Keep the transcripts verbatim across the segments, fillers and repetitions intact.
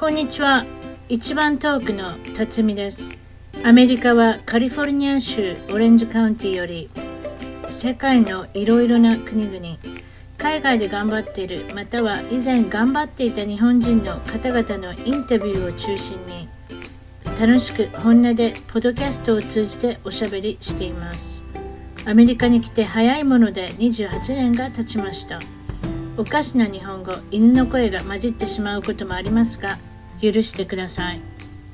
こんにちは。一番遠くの辰巳です。アメリカはカリフォルニア州オレンジカウンティより世界のいろいろな国々、海外で頑張っている、または以前頑張っていた日本人の方々のインタビューを中心に楽しく本音でポッドキャストを通じておしゃべりしています。アメリカに来て早いものでにじゅうはちねんが経ちました。おかしな日本語、犬の声が混じってしまうこともありますが、許してください。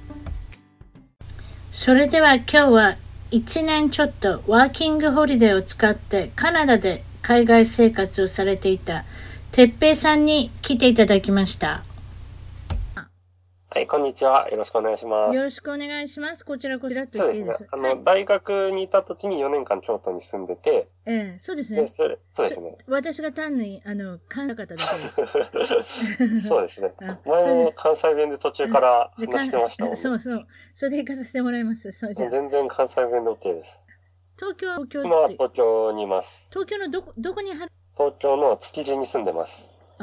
それでは今日はいちねんちょっとワーキングホリデーを使ってカナダで海外生活をされていたてっぺいさんに来ていただきました。 はい、こんにちは。よろしくお願いします。 よろしくお願いします。こちらこちらとそう言っていいです。 ですね。あの、 はい、 大学にいた時によねんかん京都に住んでて、 ええ、そうですね。 でそれそうですね。 私が単にあの関西方だけです。 そうですね。 あ前も関西弁で途中から話してましたもんね。 そうそう。それで行かさせてもらいます。そうじゃ全然関西弁で OK です。 東京、東京今は東京にいます。 東京のどこ、どこにはる東京の築地に住んでます。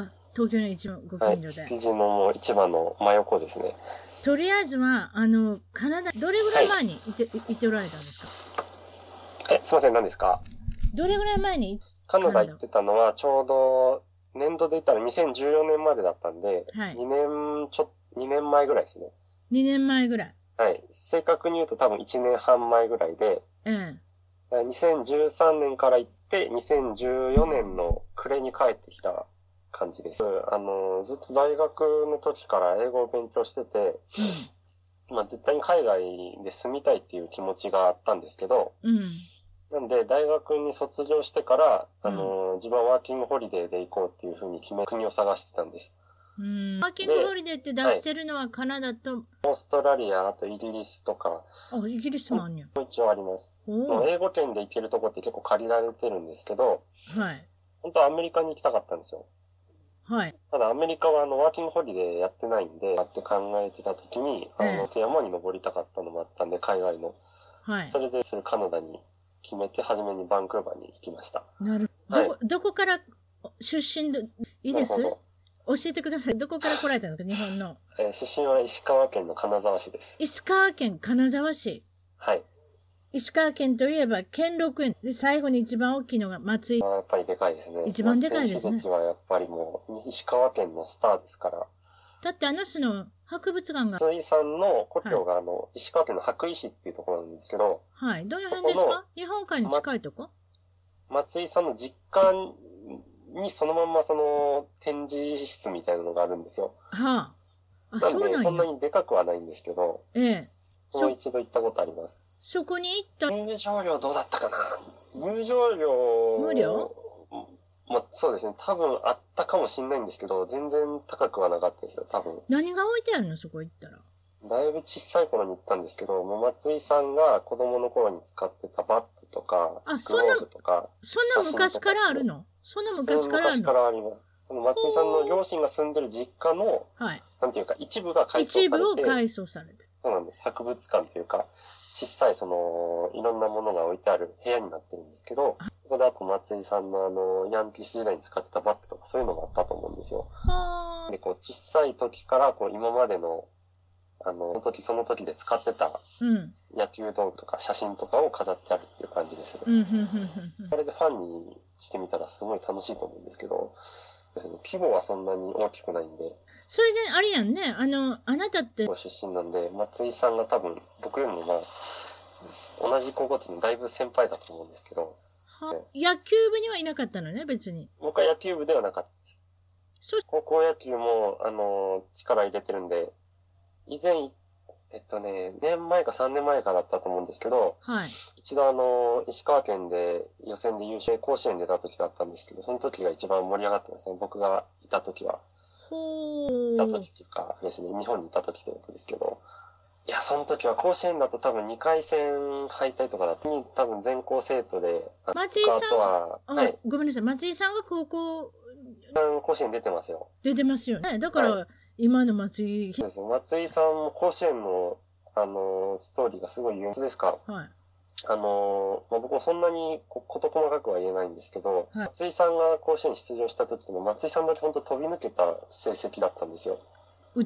あ、東京の一番ご近はい、 所で。 築地のもう一番の真横ですね。 とりあえずは、あの、カナダ、どれぐらい前に行って、行っておられたんですえ、すいません、何ですか？ か？どれぐらい前にカナダ行ってたのはちょうど年度で言ったらにせんじゅうよねんまでだったんで、 はい、 にねんちょ、にねんまえぐらいですね。 にねんまえぐらい。 はい。正確に言うと多分いちねんはん前ぐらいで、 ええ。 にせんじゅうさんねんから行って、にせんじゅうよねんの暮れに帰ってきた感じです。あの、ずっと大学の時から英語を勉強してて、うん、まあ絶対に海外で住みたいっていう気持ちがあったんですけど、うん、なんで大学に卒業してから、あの、うん、自分はワーキングホリデーで行こうっていうふうに決め、国を探してたんです。 うん、ワーキングホリデーって出してるのはカナダと、はい、 オーストラリア、あとイギリスとか。 あ、イギリスもあんねや。 一応あります。もう英語圏で行けるとこって結構借りられてるんですけど、はい。本当はアメリカに行きたかったんですよ。はい。ただアメリカはあのワーキングホリデーやってないんで、って考えてた時に、あの、ええ、山に登りたかったのもあったんで、海外の。はい。それでそれカナダに決めて、初めにバンクーバーに行きました。なるほど。はい、どこ、どこから出身で、いいです？教えてください。どこから来られたんですか、日本の。えー、出身は石川県の金沢市です。石川県金沢市。はい。石川県といえば、兼六園。で、最後に一番大きいのが松井。やっぱりでかいですね。一番でかいですね。松井秀喜はやっぱりもう、石川県のスターですから。だってあの人の博物館が。松井さんの故郷があの、はい、石川県の羽咋市っていうところなんですけど。はい。どの辺ですか？日本海に近いとこ？ま、松井さんの実家に、にそのまんまその展示室みたいなのがあるんですよ。はあ。あ、なんで、そうなんや。そんなにでかくはないんですけど、ええ。もう一度行ったことあります。そこに行った入場料どうだったかな？入場料無料？まあ、そうですね。多分あったかもしれないんですけど、全然高くはなかったですよ、多分。何が置いてあるの？そこ行ったら。だいぶ小さい頃に行ったんですけど、もう松井さんが子供の頃に使ってたバットとか、グローブとか、そんな、そんな昔からあるの？そんな昔からあるの？昔からあります。その松井さんの両親が住んでる実家の、はい、なんていうか、一部が改装されて。一部を改装されて。そうなんです。博物館というか、小さいその、いろんなものが置いてある部屋になってるんですけど、そこであと松井さんのあの、ヤンキース時代に使ってたバットとかそういうのがあったと思うんですよ。で、こう、小さい時から、こう、今までの、あの、その時その時で使ってた、野球道具とか写真とかを飾ってあるっていう感じですね。それでファンにしてみたらすごい楽しいと思うんですけど、規模はそんなに大きくないんで。それで、あれやんね、あの、あなたって。出身なんで、松井さんが多分、僕よりもまあ、同じ高校生のだいぶ先輩だと思うんですけど。は、ね、野球部にはいなかったのね、別に。僕は野球部ではなかったです。高校野球も、あの、力入れてるんで、以前、えっとね、年前かさんねんまえかだったと思うんですけど、はい、一度あの、石川県で予選で優勝、甲子園出た時があったんですけど、その時が一番盛り上がってますね、僕がいた時は。ほー。いた時っていうかですね、日本にいた時ってことですけど、いや、その時は甲子園だと多分にかい戦敗退とかだったに、多分全校生徒で、松井さん、あとは、はい。ごめんなさい、松井さんが高校、甲子園出てますよ。出てますよね。だから、はい、今の松井。そうです。松井さんも甲子園の、あのー、ストーリーがすごい有名ですか。はい。あのー、まあ、僕もそんなに事細かくは言えないんですけど、はい、松井さんが甲子園に出場した時の松井さんだけ本当飛び抜けた成績だったんですよ。打つの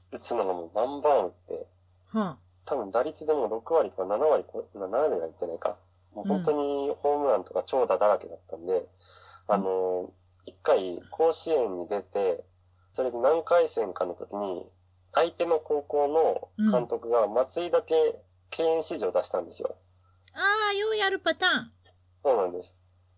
打つのがもうバンバン打って、はあ、多分打率でもろくわりとかななわり、ななわりはいってないか。もう本当にホームランとか長打だらけだったんで、うん、あの、一回甲子園に出て、それで何回戦かの時に、相手の高校の監督が松井だけ敬遠指示を出したんですよ。 ああ、ようやるパターン。 そうなんです。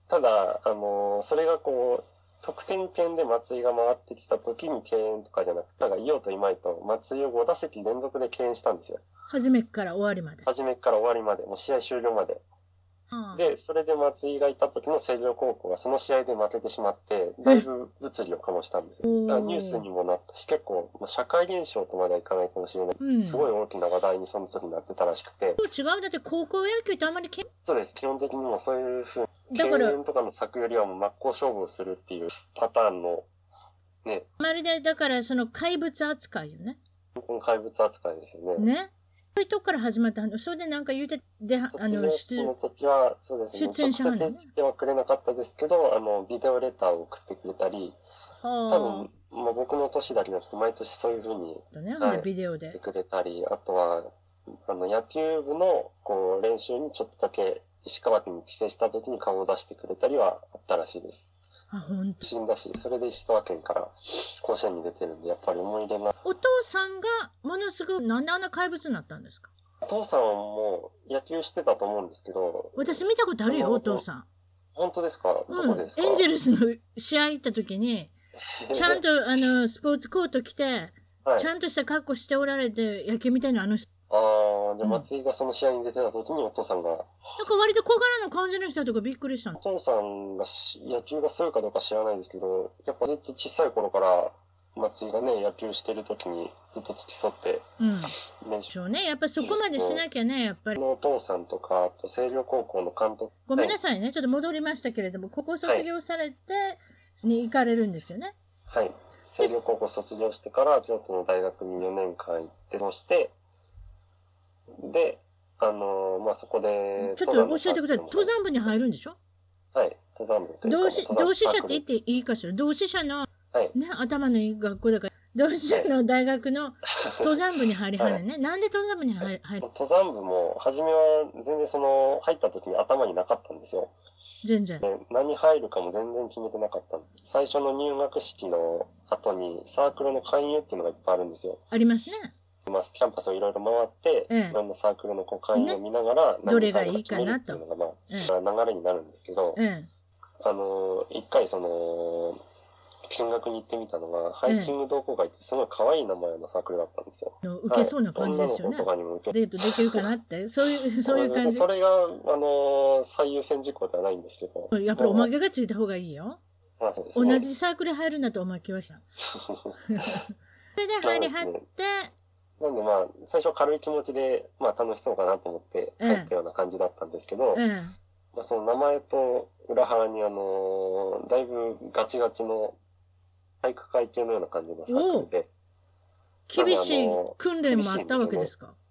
ただ、あの、それがこう、得点圏で松井が回ってきた時に敬遠とかじゃなくて、だからいようといまいと松井をごだせき連続で敬遠したんですよ。 初めから終わりまで。 初めから終わりまで、もう試合終了まで。はあ、で、それで松井がいた時の星稜高校がその試合で負けてしまって、だいぶ物議を醸したんですよ。ニュースにもなったし、結構、まあ、社会現象とまではいかないかもしれない。うん、すごい大きな話題にその時になってたらしくて。 違う、だって高校野球ってあんまりけんそうです。基本的にもそういうふうに、敬遠とかの策よりはもう真っ向勝負をするっていうパターンの、ね。 まるで、だからその怪物扱いよね。 本当に怪物扱いですよね。 ね。そういうとこから始まったの。それでなんか言うて、で、あの、出の時は、そうですね。出演者はね。直接来てはくれなかったですけど、あの、ビデオレターを送ってくれたり、多分、まあ、僕の年だけじゃなくて、毎年そういうふうに、 ね、はい、ビデオで。 来てくれたり、あとは、あの、野球部の、こう、練習にちょっとだけ、石川県に帰省した時に顔を出してくれたりはあったらしいです。 あ、ほんと。 死んだし、それで石川県から甲子園に出てるんで、やっぱり思い入れが。 お父さんがものすごくなんであんな怪物になったんですか？ お父さんはもう野球してたと思うんですけど。 私見たことあるよ、お父さん。 本当ですか？どこですか？ うん、エンジェルスの試合行った時に、ちゃんとあのスポーツコート着て、はい、ちゃんとした格好しておられて、野球みたいなあの人。 ああ、で、松井がその試合に出てた時にお父さんが。なんか割と小柄な感じの人とかびっくりしたの。 お父さんが野球がするかどうか知らないですけど、やっぱずっと小さい頃から松井がね、野球してる時にずっと付き添って、 うん。練習。そうね、やっぱそこまでしなきゃね、やっぱり。 お父さんとか、あと星稜高校の監督。 ごめんなさいね、はい、ちょっと戻りましたけれども、ここ卒業されて、に行かれるんですよね。 はい。星稜高校卒業してから、京都の大学によねんかん行ってまして、で、あのー、まあ、そこで、 ちょっと教えてください。登山部に入るんでしょ？ はい、登山部というか。 同志、同志社って言っていいかしら？同志社の、はい、ね、頭のいい学校だから、同志社の大学の登山部に入りはるね。はい、なんで登山部に入る？ 登山部も、初めは全然その、入った時に頭になかったんですよ。 全然。 何入るかも全然決めてなかったんです。最初の入学式の後に、サークルの勧誘っていうのがいっぱいあるんですよ。 ありますね。 キャンパスをいろいろ回って、ええ、いろんなサークルの会員を見ながら、 ね、どれがいいかなと。 っていうのが、まあ、流れになるんですけど、ええ、あの、一回その、見学に行ってみたのが、ハイキング同好会ってすごい可愛い名前のサークルだったんですよ。 受けそうな感じですよね。 女の子とかにも受けデートできるかなって、そういう、そういう感じ。 それが、あの、最優先事項ではないんですけど。 やっぱりおまけがついた方がいいよ。 まあそうですね、 同じサークル入るんだとおまけはした。それで入りはって、 なんでまあ、最初軽い気持ちで、まあ楽しそうかなと思って入ったような感じだったんですけど、ええ、まあ、その名前と裏腹にあのー、だいぶガチガチの体育会系のような感じのサークルで。 厳しい訓練もあったわけですか？ はい。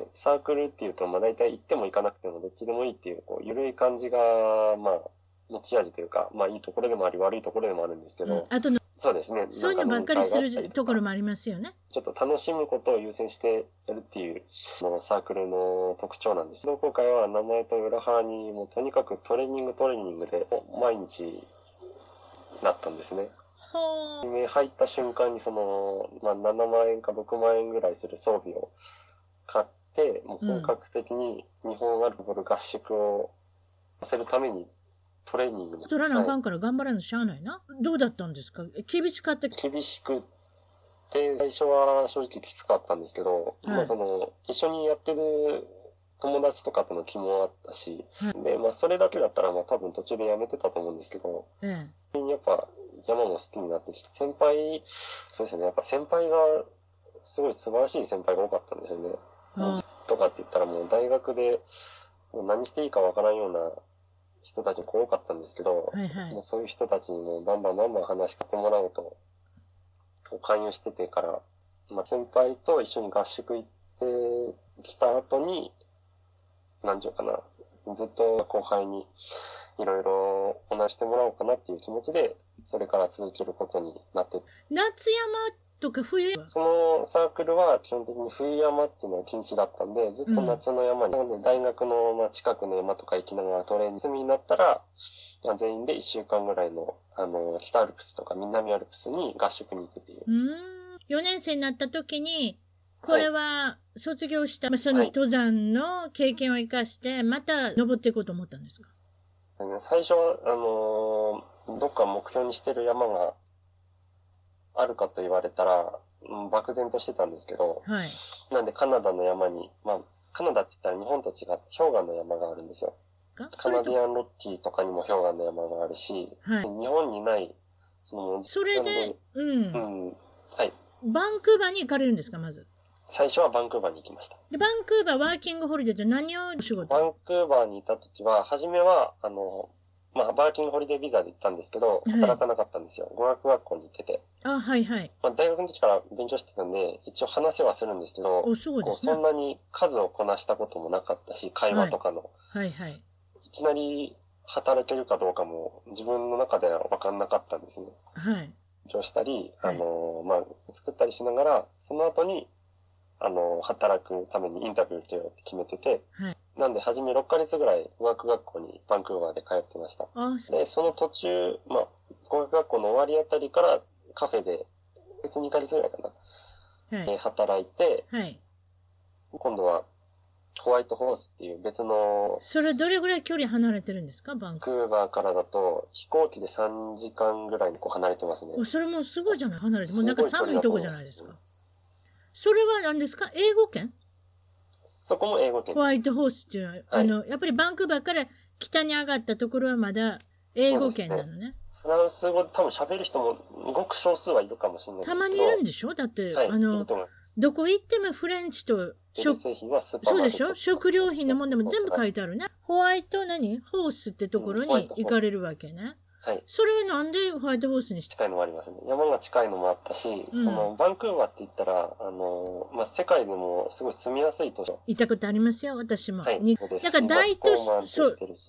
サークルっていうと、まあ大体行っても行かなくてもどっちでもいいっていう、こう、緩い感じが、まあ、持ち味というか、まあいいところでもあり悪いところでもあるんですけど、うん、 あとのそうですね。 そういうのばっかりするところもありますよね。 ちょっと楽しむことを優先してやるっていうのサークルの特徴なんです。同好会は名前と裏腹にもうとにかくトレーニングトレーニングで毎日なったんですね。はあ。入った瞬間にその、まあななまんえんかろくまんえんぐらいする装備を買って、もう本格的に日本アルバル合宿をさせるためにトレーニングに。 取らなあかんから頑張らなしゃあないな。はい、どうだったんですか？厳しかった？ 厳しくって、最初は正直きつかったんですけど、はい、まあその、一緒にやってる友達とかとの気もあったし、はい、で、まあそれだけだったらまあ多分途中でやめてたと思うんですけど、ええ、やっぱ山も好きになってきて、先輩、そうですね、やっぱ先輩が、すごい素晴らしい先輩が多かったんですよね。うん、とかって言ったらもう大学でもう何していいかわからんような人たちが多かったんですけど、はいはい、もうそういう人たちにもバンバンバンバン話しかけてもらおうと、勧誘しててから、まあ、先輩と一緒に合宿行ってきた後に、なんちゅうかな、ずっと後輩にいろいろお話してもらおうかなっていう気持ちで、それから続けることになって。 夏山っとか冬？ そのサークルは基本的に冬山っていうのは禁止だったんで、ずっと夏の山に、うん、大学のまあ近くの山とか行きながらトレーニングになったら、まあ、全員でいっしゅうかんぐらいの、あの、北アルプスとか南アルプスに合宿に行くっていう。 うーん。よねん生になった時に、これは卒業した、はい、その登山の経験を生かして、また登っていこうと思ったんですか？ 最初は、あのー、どっか目標にしてる山があるかと言われたら、うん、漠然としてたんですけど、はい、なんでカナダの山に、まあ、カナダって言ったら日本と違って氷河の山があるんですよ。カナディアンロッキーとかにも氷河の山があるし、はい、日本にない、 その、それで、うん、うん。はい。バンクーバーに行かれるんですか、まず。 最初はバンクーバーに行きました。 でバンクーバーワーキングホリデーって何を仕事？ バンクーバーにいた時は、初めは、あの、まあ、ワーキングホリデービザで行ったんですけど、働かなかったんですよ。はい、語学学校に行ってて。 あ、はいはい。 まあ、大学の時から勉強してたんで、一応話はするんですけど、 おそうですね、 そんなに数をこなしたこともなかったし、会話とかの。はい、 はいはい。 いきなり働けるかどうかも自分の中では分かんなかったんですね。 はい。 勉強したり、あの、まあ、作ったりしながら、その後に、あの、働くためにインタビュー受けようって決めてて、はい、なんで、初めろっかげつぐらい語学学校にバンクーバーで通ってました。あで、その途中、まあ、語学学校の終わりあたりからカフェで、別ににかげつぐらいかな、はい、えー、働いて、はい、今度はホワイトホースっていう別の。 それどれぐらい距離離れてるんですか、バンクーバーからだと飛行機でさんじかんぐらいにこう離れてますね。 それもすごいじゃない、離れて。もうなんか寒いとこじゃないですか。それは何ですか、英語圏？ そこも英語圏。 ホワイトホースっていうのは、はい、あの、やっぱりバンクーバーから北に上がったところはまだ英語圏なのね。 フランス語で多分喋る人もごく少数はいるかもしれないですけど。 たまにいるんでしょだって、はい、あの、どこ行ってもフレンチと食、製品はスーパーそうでしょ、食料品のものでも全部書いてあるね。ホワイト何ホースってところに行かれるわけね。はい。それはなんでホワイトホースにして？ 近いのもありますね。山が近いのもあったし、うん、そのバンクーバーって言ったら、あの、まあ、世界でもすごい住みやすい都市。 行ったことありますよ、私も。 はい。 になんか大都市、そう、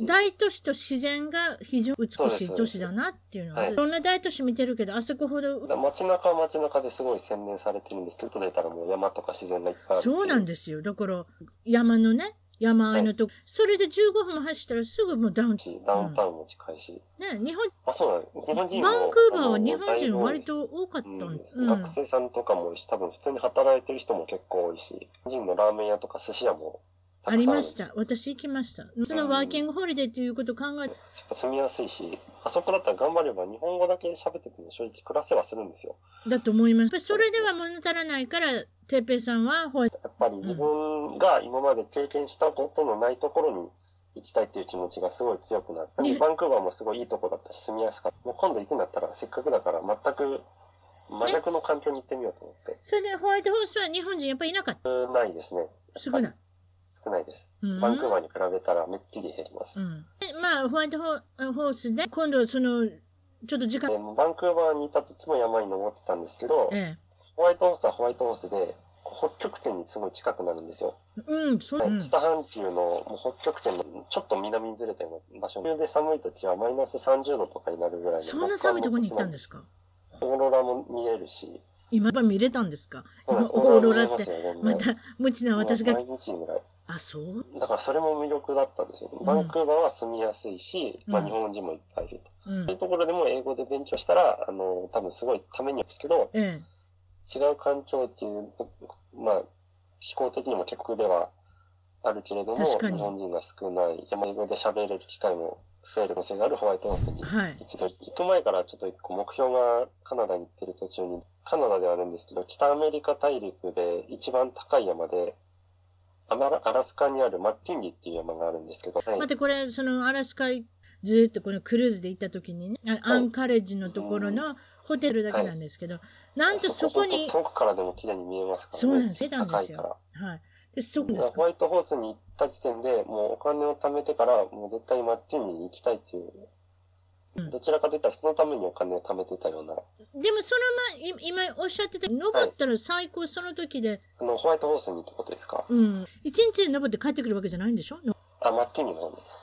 大都市と自然が非常に美しい都市だなっていうのは、はい、いろんな大都市見てるけど、あそこほど。 街中は街中ですごい洗練されてるんですけど、外出たらもう山とか自然がいっぱいある。 そうなんですよ。だから、山のね、山あいのとこ、はい、それでじゅうごふんも走ったらすぐもうダウン。 ダウンタウンも近いし。 うん、ね、日本、 あ、そうなんです。日本人も。 バンクーバーは日本人割と多かったんです。 うん、学生さんとかも多いし、多分普通に働いてる人も結構多いし、日本人のラーメン屋とか寿司屋もたくさんあるんです。 ありました。私行きました。そのワーキングホリデーっていうことを考えて。 住みやすいし、あそこだったら頑張れば日本語だけ喋ってても正直暮らせはするんですよ。 だと思います。それでは物足らないから、てっぺいさんはホワイト。 やっぱり自分が今まで経験したことのないところに行きたいっていう気持ちがすごい強くなって、ね、バンクーバーもすごいいいとこだったし住みやすかった。もう今度行くんだったらせっかくだから全く真逆の環境に行ってみようと思って。 それでホワイトホースは日本人やっぱりいなかった？ ないですね。 少ない。 少ないです。バンクーバーに比べたらめっきり減ります。うん、 まあホワイトホースで今度そのちょっと時間。 バンクーバーにいた時も山に登ってたんですけど、ええ、ホワイトホースはホワイトホースで北極点にすごい近くなるんですよ。 うん、そう、うん、 北半球のもう北極点のちょっと南にずれたような場所で寒い時はマイナスさんじゅうどとかになるぐらいの。 そんな寒いところに行ったんですか？ オーロラも見えるし。 今は見れたんですか？ そうです。 オーロラってまた無知な私が。 毎日ぐらい。 あ、そう。 だからそれも魅力だったんですよ。うん、バンクーバーは住みやすいし、うん、まあ日本人もいっぱいいると。うん、そういうところでも英語で勉強したら、あの、多分すごいためにですけど、ええ、違う環境っていう、まあ、思考的にも結構ではあるけれども、日本人が少ない、山英語で喋れる機会も増える可能性があるホワイトハウスに、はい、一度行く前からちょっと一個目標がカナダに行ってる途中に、カナダではあるんですけど、北アメリカ大陸で一番高い山で、アラスカにあるマッキンリーっていう山があるんですけど。はい、 待って、これ、そのアラスカずっとこのクルーズで行った時にね、はい、アンカレッジのところのホテルだけなんですけど、はい、なんとそこに。 遠くからでも綺麗に見えますからね。 そうなんですよ。 高いから。 はい。で、そこですか。 ホワイトホースに行った時点で、もうお金を貯めてから、もう絶対マッキンリーに行きたいっていう。うん、どちらかといったらそのためにお金を貯めてたような。 でもその前、今おっしゃってた、登ったら最高その時で。はい、 あの、ホワイトホースにってことですか？ うん。一日で登って帰ってくるわけじゃないんでしょ？ あ、マッキンリーの方ね。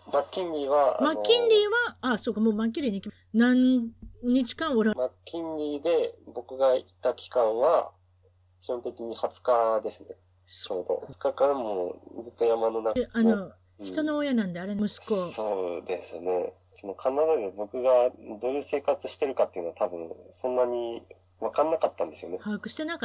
マッキンリーは、 マッキンリーは、あ、そうか、もうマッキンリーに何日間おらマッキンリーで僕がいた期間は、基本的にはつかですね。ちょうど。はつかからもうずっと山の中で。 あの、うん、人の親なんで、あれ、息子。 そうですね。そのカナダで僕がどういう生活してるかっていうのは多分、そんなに分かんなかったんですよね。 把握してなかった。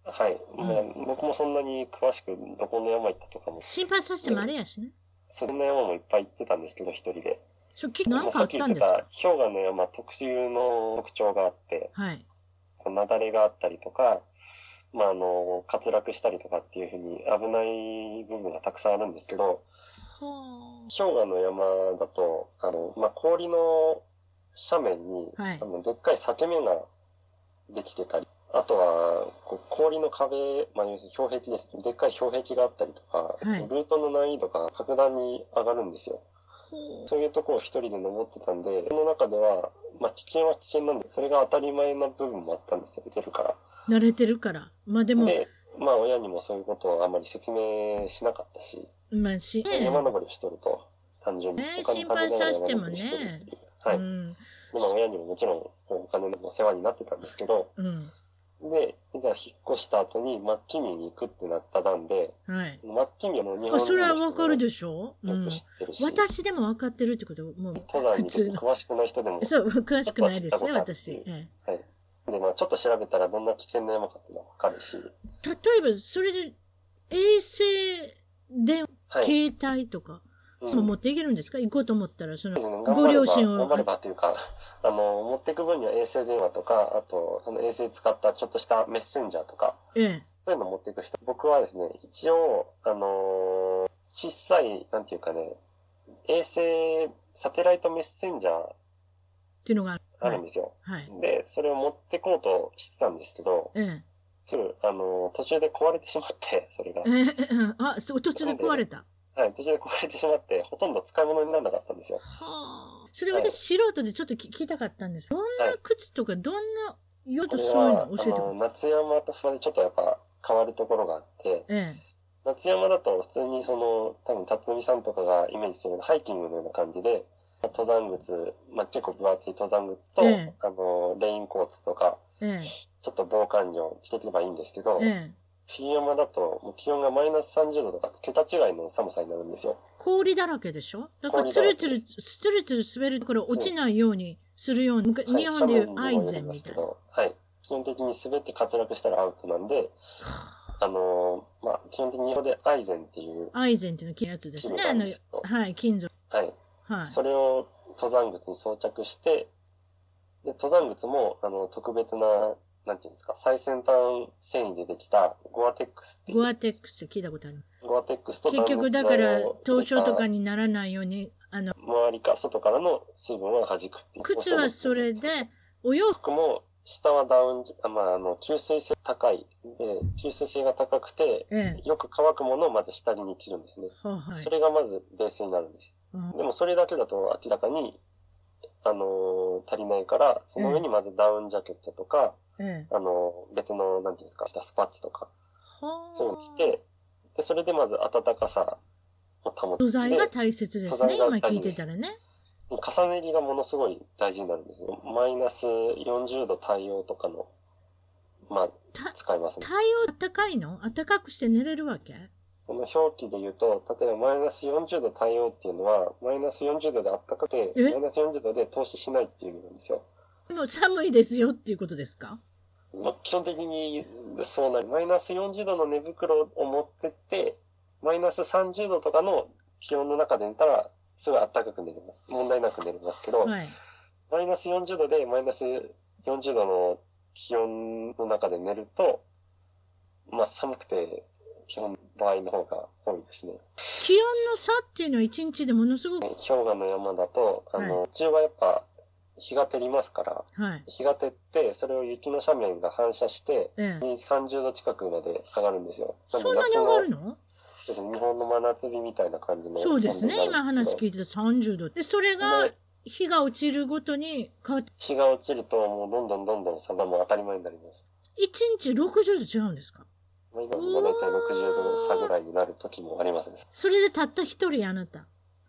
はい。うん、まあ、僕もそんなに詳しくどこの山行ったとかも。 心配させてもあれやしね。 そんな山もいっぱい行ってたんですけど、一人で。 そう、何かあったんですか？ さっき言ってた氷河の山特有の特徴があって、 はい。 雪崩があったりとか、まあ、あの、滑落したりとかっていうふうに危ない部分がたくさんあるんですけど、氷河の山だと、あの、まあ、氷の斜面に、はい、あのでっかい裂け目ができてたり、あとは、こう氷の壁、まあ、要するに氷壁ですね。でっかい氷壁があったりとか、はい、ルートの難易度が格段に上がるんですよ。そういうところを一人で登ってたんで、その中では、まあ、危険は危険なんで、それが当たり前の部分もあったんですよ、出るから。 慣れてるから。まあでも。 で、まあ親にもそういうことをあんまり説明しなかったし。 まあし、ね、 山登りをしとると、単純に。 ね、心配させてもね。 はい。うん、で、まあ親にももちろんお金の世話になってたんですけど、うん、で、いざ引っ越した後にマッキニーに行くってなった段で、はい、マッキニーの日本人の人もそれはわかるでしょ、 よく知ってるし、 うん、私でもわかってるってこともう登山に詳しくない人でもそう詳しくないですよ私、ええ、はい。で、まあちょっと調べたらどんな危険な山かっていうのはわかるし、 例えばそれで衛星電話、はい、携帯とか、うん、そう持っていけるんですか？行こうと思ったらそのご両親を頑張ればっていうか、あの持っていく分には衛星電話とか、あとその衛星使ったちょっとしたメッセンジャーとか、ええ、そういうの持っていく人、僕はですね、一応あのー、小さいなんていうかね、衛星サテライトメッセンジャーっていうのがあるんですよ。 はいはい、 で、それを持ってこうとしてたんですけど、ええ、すぐあのー、途中で壊れてしまってそれが。 ええ、あ、そう途中で壊れた。 はい、途中で壊れてしまって、ほとんど使い物にならなかったんですよ。はあ。それ私、素人でちょっと聞きたかったんです。どんな靴とか、どんな用途そういうの教えてくれる？ 夏山と不安でちょっとやっぱ変わるところがあって、ええ、夏山だと普通にその、多分辰巳さんとかがイメージするハイキングのような感じで、登山靴、まあ、結構分厚い登山靴と、ええ、あの、レインコートとか、ええ、ちょっと防寒着着ていけばいいんですけど、ええ、冬山だともう気温がマイナスさんじゅうどとか桁違いの寒さになるんですよ。 氷だらけでしょ？だからツルツル、ツルツル滑るところ落ちないようにするように、はい、日本でいうアイゼンみたいな。 はい。基本的に滑って滑落したらアウトなんで、あのー、まあ、基本的に日本でアイゼンっていう。 アイゼンっていうのやつですね。あの、はい、金属。 はい。はい。それを登山靴に装着して、で、登山靴も、あの、特別な、なんていうんですか、最先端繊維でできたゴアテックスっていう。 ゴアテックスって聞いたことある。 ゴアテックスと結局だから凍傷とかにならないように、あの、 周りか外からの水分を弾くっていう。 靴はそれで、お洋服も下はダウン、まあ、あの、吸水性高い。で、吸水性が高くて、ええ、よく乾くものをまず下着に着るんですね。ははい、それがまずベースになるんです。うん、でもそれだけだと明らかに、あのー、足りないから、その上にまずダウンジャケットとか、ええ、あのー、別の、なんていうんですか、スパッツとか、そういうの着て、で、それでまず暖かさを保って。 素材が大切ですね、今聞いてたらね。 重ね着がものすごい大事になるんですね。マイナスよんじゅうど対応とかの、まあ、使いますね。 対応暖かいの？暖かくして寝れるわけ？ この表記で言うと、例えばマイナスよんじゅうど対応っていうのは、マイナスよんじゅうどで暖かくて、マイナスよんじゅうどで透視しないっていう意味なんですよ。 でも寒いですよっていうことですか？ まあ、基本的にそうなる。マイナスよんじゅうどの寝袋を持ってって、マイナスさんじゅうどとかの気温の中で寝たら、すごい暖かく寝れます。問題なく寝れますけど、はい、マイナスよんじゅうどでマイナスよんじゅうどの気温の中で寝ると、まあ寒くて、基本場合の方が多いですね。 気温の差っていうのは一日でものすごく、 氷河の山だと、あの、はい、日中はやっぱ日が照りますから、はい、日が照って、それを雪の斜面が反射して、ええ、さんじゅうど近くまで上がるんですよ。 そんなに上がるの？ 日本の真夏日みたいな感じの。 そうですね。今話聞いてたさんじゅうど。で、それが、日が落ちるごとに変わって。 日が落ちると、もうどんどんどんどん差がもう当たり前になります。 いちにちろくじゅうど違うんですか？ 今もだいたいろくじゅうど差ぐらいになる時もありますね。 それでたった一人あなた。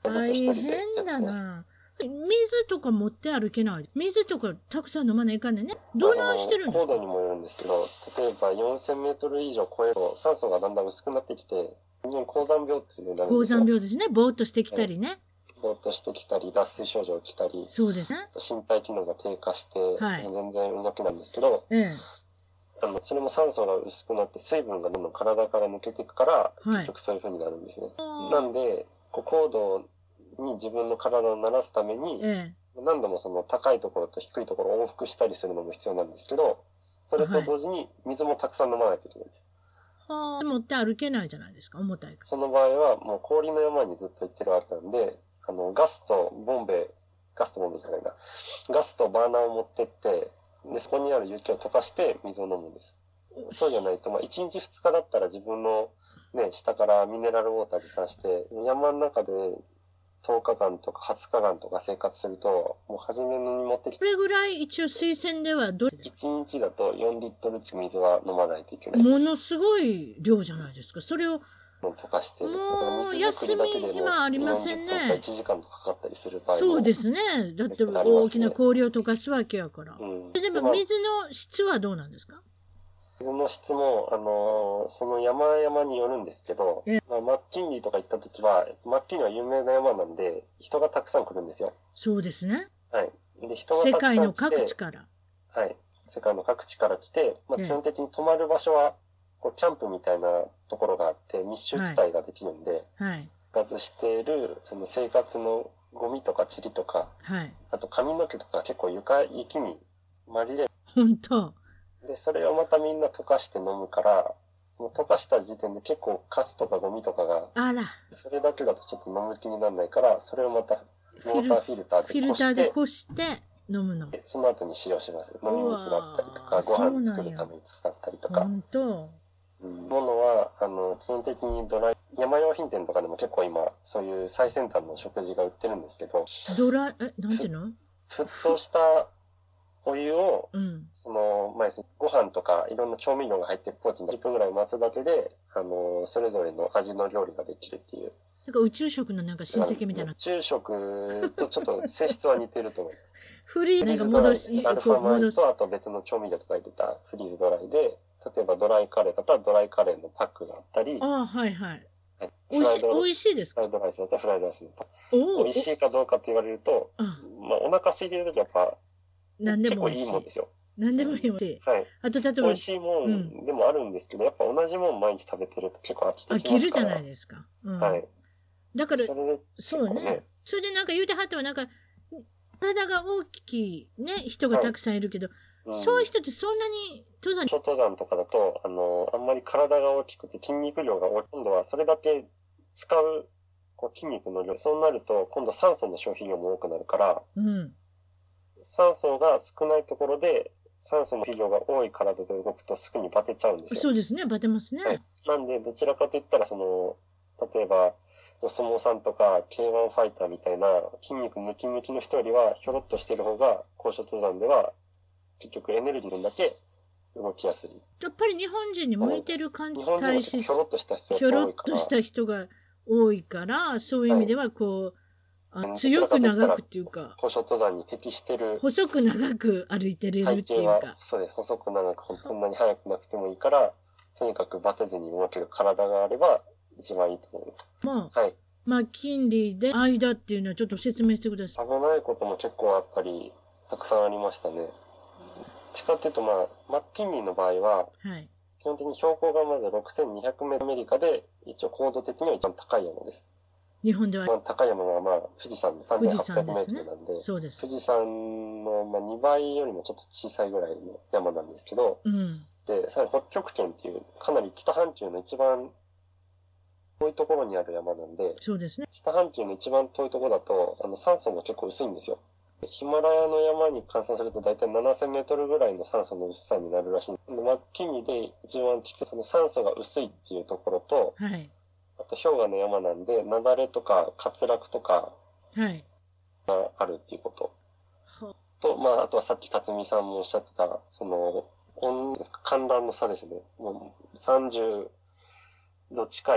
大変だな。水とか持って歩けない。水とかたくさん飲まないかんねんね。どうなんしてるんですか？ 高度にもよるんですけど、例えばよんせんメートル以上超えると酸素がだんだん薄くなってきて、人間高山病っていうのになるんですよ。 高山病ですね。ぼーっとしてきたりね。 ぼーっとしてきたり、脱水症状が来たり、 そうですね。 身体機能が低下して、はい、全然動けないんですけど、ええ、あのそれも酸素が薄くなって水分がどんどん体から抜けていくから、はい、結局そういう風になるんですね。なんで、こう高度に自分の体を慣らすために、ええ、何度もその高いところと低いところを往復したりするのも必要なんですけど、それと同時に水もたくさん飲まないといけないです。 はあ、持って歩けないじゃないですか、重たいから。 その場合はもう氷の山にずっと行ってるわけなんで、あのガスとボンベ、ガスとボンベじゃないな、ガスとバーナーを持ってって、でそこにある雪を溶かして水を飲むんです。そうじゃないと、まあ、いちにちふつかだったら自分の、ね、下からミネラルウォーター持参して、山の中でとおかかんとかはつかかんとか生活すると、もう初めのに持ってきて。 これぐらい一応推薦ではどれ ? いちにちだとよんリットル近く水は飲まないといけないです。 ものすごい量じゃないですか。それを溶かして、 もう休み今ありませんね。 いちじかんとかかったりする場合も。 そうですね。だって大きな氷を溶かすわけやから。うん、でも水の質はどうなんですか？ 水の質も、あのー、その山々によるんですけど、まあ、マッキンリーとか行った時は、マッキンリーは有名な山なんで、人がたくさん来るんですよ。 そうですね。 はい。で、人がたくさん来て、 世界の各地から。 はい。世界の各地から来て、まあ、基本的に泊まる場所は、こう、キャンプみたいなところがあって、密集地帯ができるんで、はい。生活している、その生活のゴミとか塵とか、はい。あと髪の毛とか結構床、雪にまみれる。 本当。 で、それをまたみんな溶かして飲むから、もう溶かした時点で結構カスとかゴミとかが、 あら。 それだけだとちょっと飲む気にならないから、それをまたウォーターフィルターでこして、フィルターでこして飲むの。 その後に使用します。飲み水だったりとか、ご飯作るために使ったりとか。 本当。 うん、ものは、あの、基本的にドライ、山用品店とかでも結構今、そういう最先端の食事が売ってるんですけど、 ドライ、え、なんていうの？ 沸騰したお湯を、うん、その、まあ、ご飯とかいろんな調味料が入ってるポーチにじゅっぷんぐらい待つだけで、あの、それぞれの味の料理ができるっていう。 なんか宇宙食のなんか親戚みたいな。 宇宙食とちょっと性質は似てると思います。 フリーズドライ、 アルファ米とあと別の調味料とか入れたフリーズドライで、例えばドライカレーだったらドライカレーのパックがあったり。 ああ、はいはい。はい、おいしい、おいしいですか？ フライドライスだったらフライドライスのパック。おいしいかどうかって言われると、まあお腹空いてるときはやっぱ、結構いいもんですよ。 何でもいいもん。はい。あと例えば。 美味しいもんでもあるんですけど、やっぱ同じもん毎日食べてると結構飽きてきますから。 飽きるじゃないですか。 うん、はい。 だから、それでそうね。それでなんか言うてはってはなんか、体が大きいね、人がたくさんいるけど、はい、うん、そういう人ってそんなに登山登山とかだと、あの、あんまり体が大きくて筋肉量が多い。今度はそれだけ使うこう筋肉の量、そうなると今度酸素の消費量も多くなるから、うん、酸素が少ないところで酸素の消費量が多い体で動くとすぐにバテちゃうんですよ。 そうですね、バテますね。はい、 なんでどちらかといったらその、例えばお相撲さんとか ケーワン ファイターみたいな筋肉ムキムキの人よりはひょろっとしてる方が高所登山では結局エネルギー分だけ動きやすい。 やっぱり日本人に向いてる感じ。 日本人はひょろっとした人が多いから。ひょろっとした人が多いから、そういう意味ではこう、はい、あ強く長くっていうか。 高所登山に適してる。 細く長く歩いてれるっていうか。 そうです。細く長く、こんなに速くなくてもいいから、とにかくバテずに動ける体があれば一番いいと思います。 まあ、はい。まあ、金利で間っていうのはちょっと説明してください。 危ないことも結構やっぱりたくさんありましたね。地下っていうとまあ、マッキンリーの場合は、はい、基本的に標高がまずろくせんにひゃくメートルアメリカで一応高度的には一番高い山です。 日本では、 まあ、高い山はまあ富士山でさんぜんはっぴゃくメートルなんで、 ね、そうです。 富士山のまあにばいよりもちょっと小さいぐらいの山なんですけど、うん、で、さらに北極圏っていうかなり北半球の一番遠いところにある山なんで、 そうですね。 北半球の一番遠いところだと、あの酸素も結構薄いんですよ。ヒマラヤの山に換算すると大体ななせんメートルぐらいの酸素の薄さになるらしい。マッキンリーで一番きついその酸素が薄いっていうところと、はい、あと氷河の山なんで、雪崩とか滑落とか、はい、があるっていうこと。はい、と、まあ、あとはさっき辰巳さんもおっしゃってた、その、温寒暖の差ですね。もうさんじゅうど近い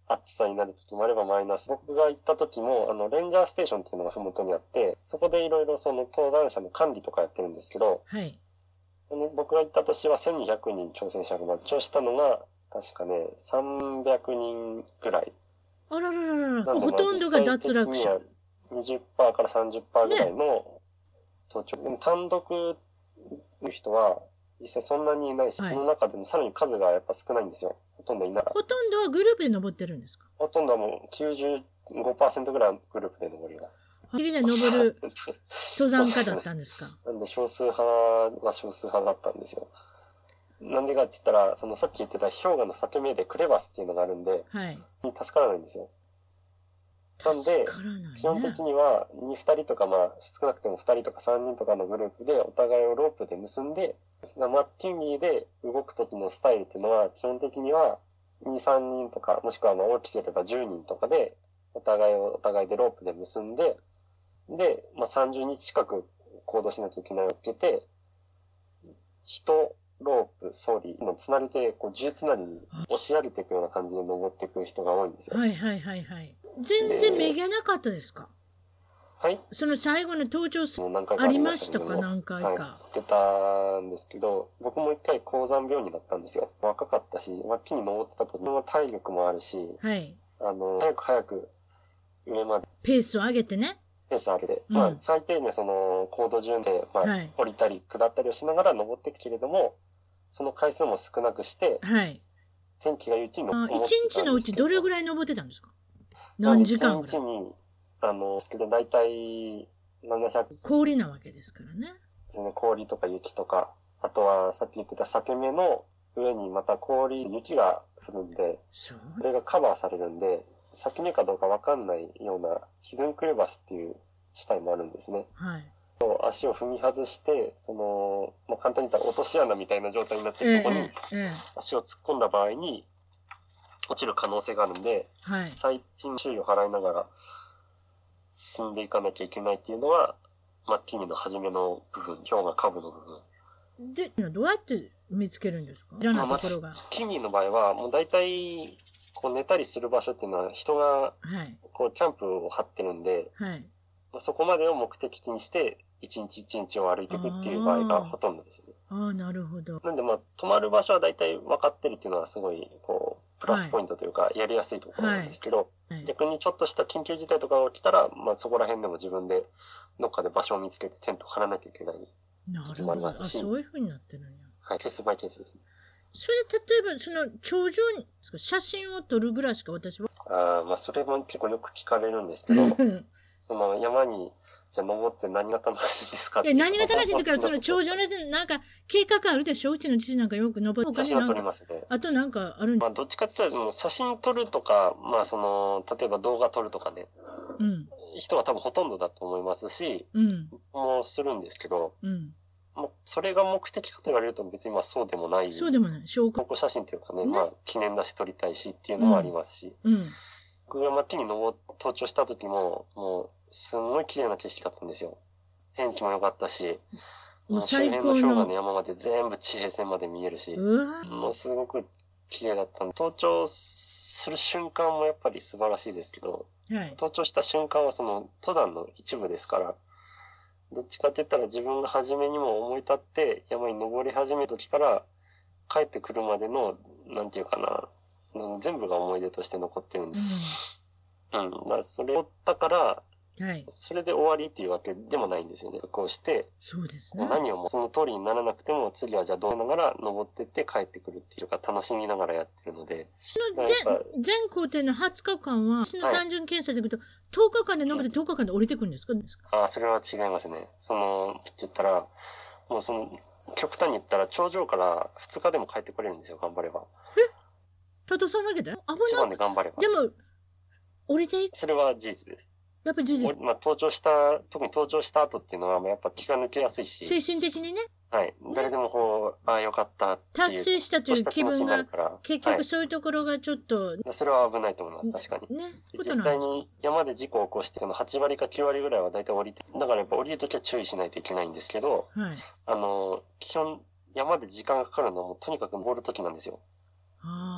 暑さになる時もあればマイナス。僕が行った時も、あの、レンジャーステーションっていうのがふもとにあって、そこでいろいろその登山者の管理とかやってるんですけど、 はい。 僕が行った年はせんにひゃくにん挑戦者がまず、挑したのが、確かね、さんびゃくにんぐらい。 あららららら、ほとんどが脱落者。 にじゅっパーセント から さんじゅっパーセント ぐらいの登頂。ね、でも単独の人は実際そんなにいないし、はい、その中でもさらに数がやっぱ少ないんですよ。ほとんどいない。 ほとんどはグループで登ってるんですか？ ほとんどはもう きゅうじゅうごパーセント ぐらいグループで登ります。 はっきりで登る登山家だったんですか？ なんで少数派は少数派だったんですよ。なんでかって言ったら、そのさっき言ってた氷河の裂け目でクレバスっていうのがあるんで、はい、助からないんですよ。なんで、ね、基本的にはに、ふたりとか、まあ、少なくてもふたりとかさんにんとかのグループでお互いをロープで結んで、マッキンリーで動く時のスタイルっていうのは、基本的にはに、さんにんとか、もしくはまあ大きければじゅうにんとかで、お互いをお互いでロープで結んで、で、まあ、さんじゅうにち近く行動しなきゃいけないわけで、人、ロープ、ソリのつなりで、こう、銃つなりに押し上げていくような感じで登っていく人が多いんですよ。 はいはいはいはい。全然めげなかったですか？ はい。 その最後の登頂ありましたか？何回か。 はい、出たんですけど、僕も一回高山病になったんですよ。若かったし、脇に登ってた時の体力もあるし、はい。あの、早く早く上まで。 ペースを上げてね。 ペースを上げて。うん、まあ、最低限その、高度順で、まあ、はい、降りたり下ったりをしながら登っていくけれども、その回数も少なくして、はい。天気がいいうちに登ってたんですけど。 一日のうちどれぐらい登ってたんですか？何時間ぐらい？ 一日に、あの、ですけど、だいたいななひゃく。 氷なわけですからね。 ですね、氷とか雪とか、あとはさっき言ってた裂け目の上にまた氷、雪が降るんで、それがカバーされるんで、裂け目かどうかわかんないようなヒドゥンクレバスっていう地帯もあるんですね。はい。足を踏み外して、その、まあ、簡単に言ったら落とし穴みたいな状態になってるところに、ええええ、足を突っ込んだ場合に、落ちる可能性があるんで、はい、最近注意を払いながら進んでいかなきゃいけないっていうのは、マッキンリーの初めの部分、氷河下部の部分。 で、どうやって見つけるんですか？いろんなところが。マッキンリーの場合は、もう大体、こう寝たりする場所っていうのは人が、こうキャンプを張ってるんで、はい、まあ、そこまでを目的地にして、一日一日を歩いていくっていう場合がほとんどですね。 ああ、なるほど。 なんでまあ、泊まる場所は大体分かってるっていうのはすごい、こう、プラスポイントというか、やりやすいところなんですけど、はいはい、逆にちょっとした緊急事態とかが起きたら、まあそこら辺でも自分でどっかで場所を見つけてテントを張らなきゃいけない時もありますし。 なるほど。あ、そういう風になってるんや。 はい、ケースバイケースですね。 それ例えば、その頂上に写真を撮るぐらいしか私は。 ああ、まあそれも結構よく聞かれるんですけど、その山に、じゃあ登って何が楽しいですかって。 いや、何が楽しいってから、その頂上でなんか計画あるでしょ？うちの父なんかよく登って。 写真は撮りますね。 あとなんかあるんまあどっちかって言ったら、写真撮るとか、まあその、例えば動画撮るとかね。うん。人は多分ほとんどだと思いますし、うん。もうするんですけど、うん。もうそれが目的かと言われると別にまあそうでもない。 そうでもない。証拠。 証拠写真というかね、ね、まあ記念だし撮りたいしっていうのもありますし。うん。うん、僕が街に登登頂した時も、もう、すんごい綺麗な景色だったんですよ。天気も良かったし、もう周辺の氷河の山まで全部地平線まで見えるし、もうすごく綺麗だったんで、登頂する瞬間もやっぱり素晴らしいですけど、はい、登頂した瞬間はその登山の一部ですから、どっちかって言ったら自分が初めにも思い立って山に登り始めた時から帰ってくるまでの、なんていうかな、全部が思い出として残ってるんで、うん、うん、だからそれをだから、はい、それで終わりっていうわけでもないんですよね。こうして、 そうですね。 何をもその通りにならなくても、次はじゃあどうながら登ってって帰ってくるっていうか、楽しみながらやってるので。 その全、全行程のはつかかんは、私の単純検査でいくと、はい、とおかかんで登ってとおかかんで降りてくるんですか？ ああ、それは違いますね。その、って言ったら、もうその、極端に言ったら頂上からふつかでも帰ってこれるんですよ、頑張れば。 え？たとさんだけで？危ない。 一番で頑張れば。 でも、降りていく。 それは事実です。 やっぱ事実。 まあ、登頂した、特に登頂した後っていうのは、やっぱ気が抜けやすいし。 精神的にね。 はい。誰でもこう、ああ、よかったっていう。 達成したという気分が、結局そういうところがちょっと、はい。 それは危ないと思います、確かに。ね。実際に山で事故を起こして、そのはちわりかきゅうわりぐらいは大体降りて、だからやっぱ降りるときは注意しないといけないんですけど、はい。あの、基本、山で時間がかかるのはもうとにかく登るときなんですよ。ああ。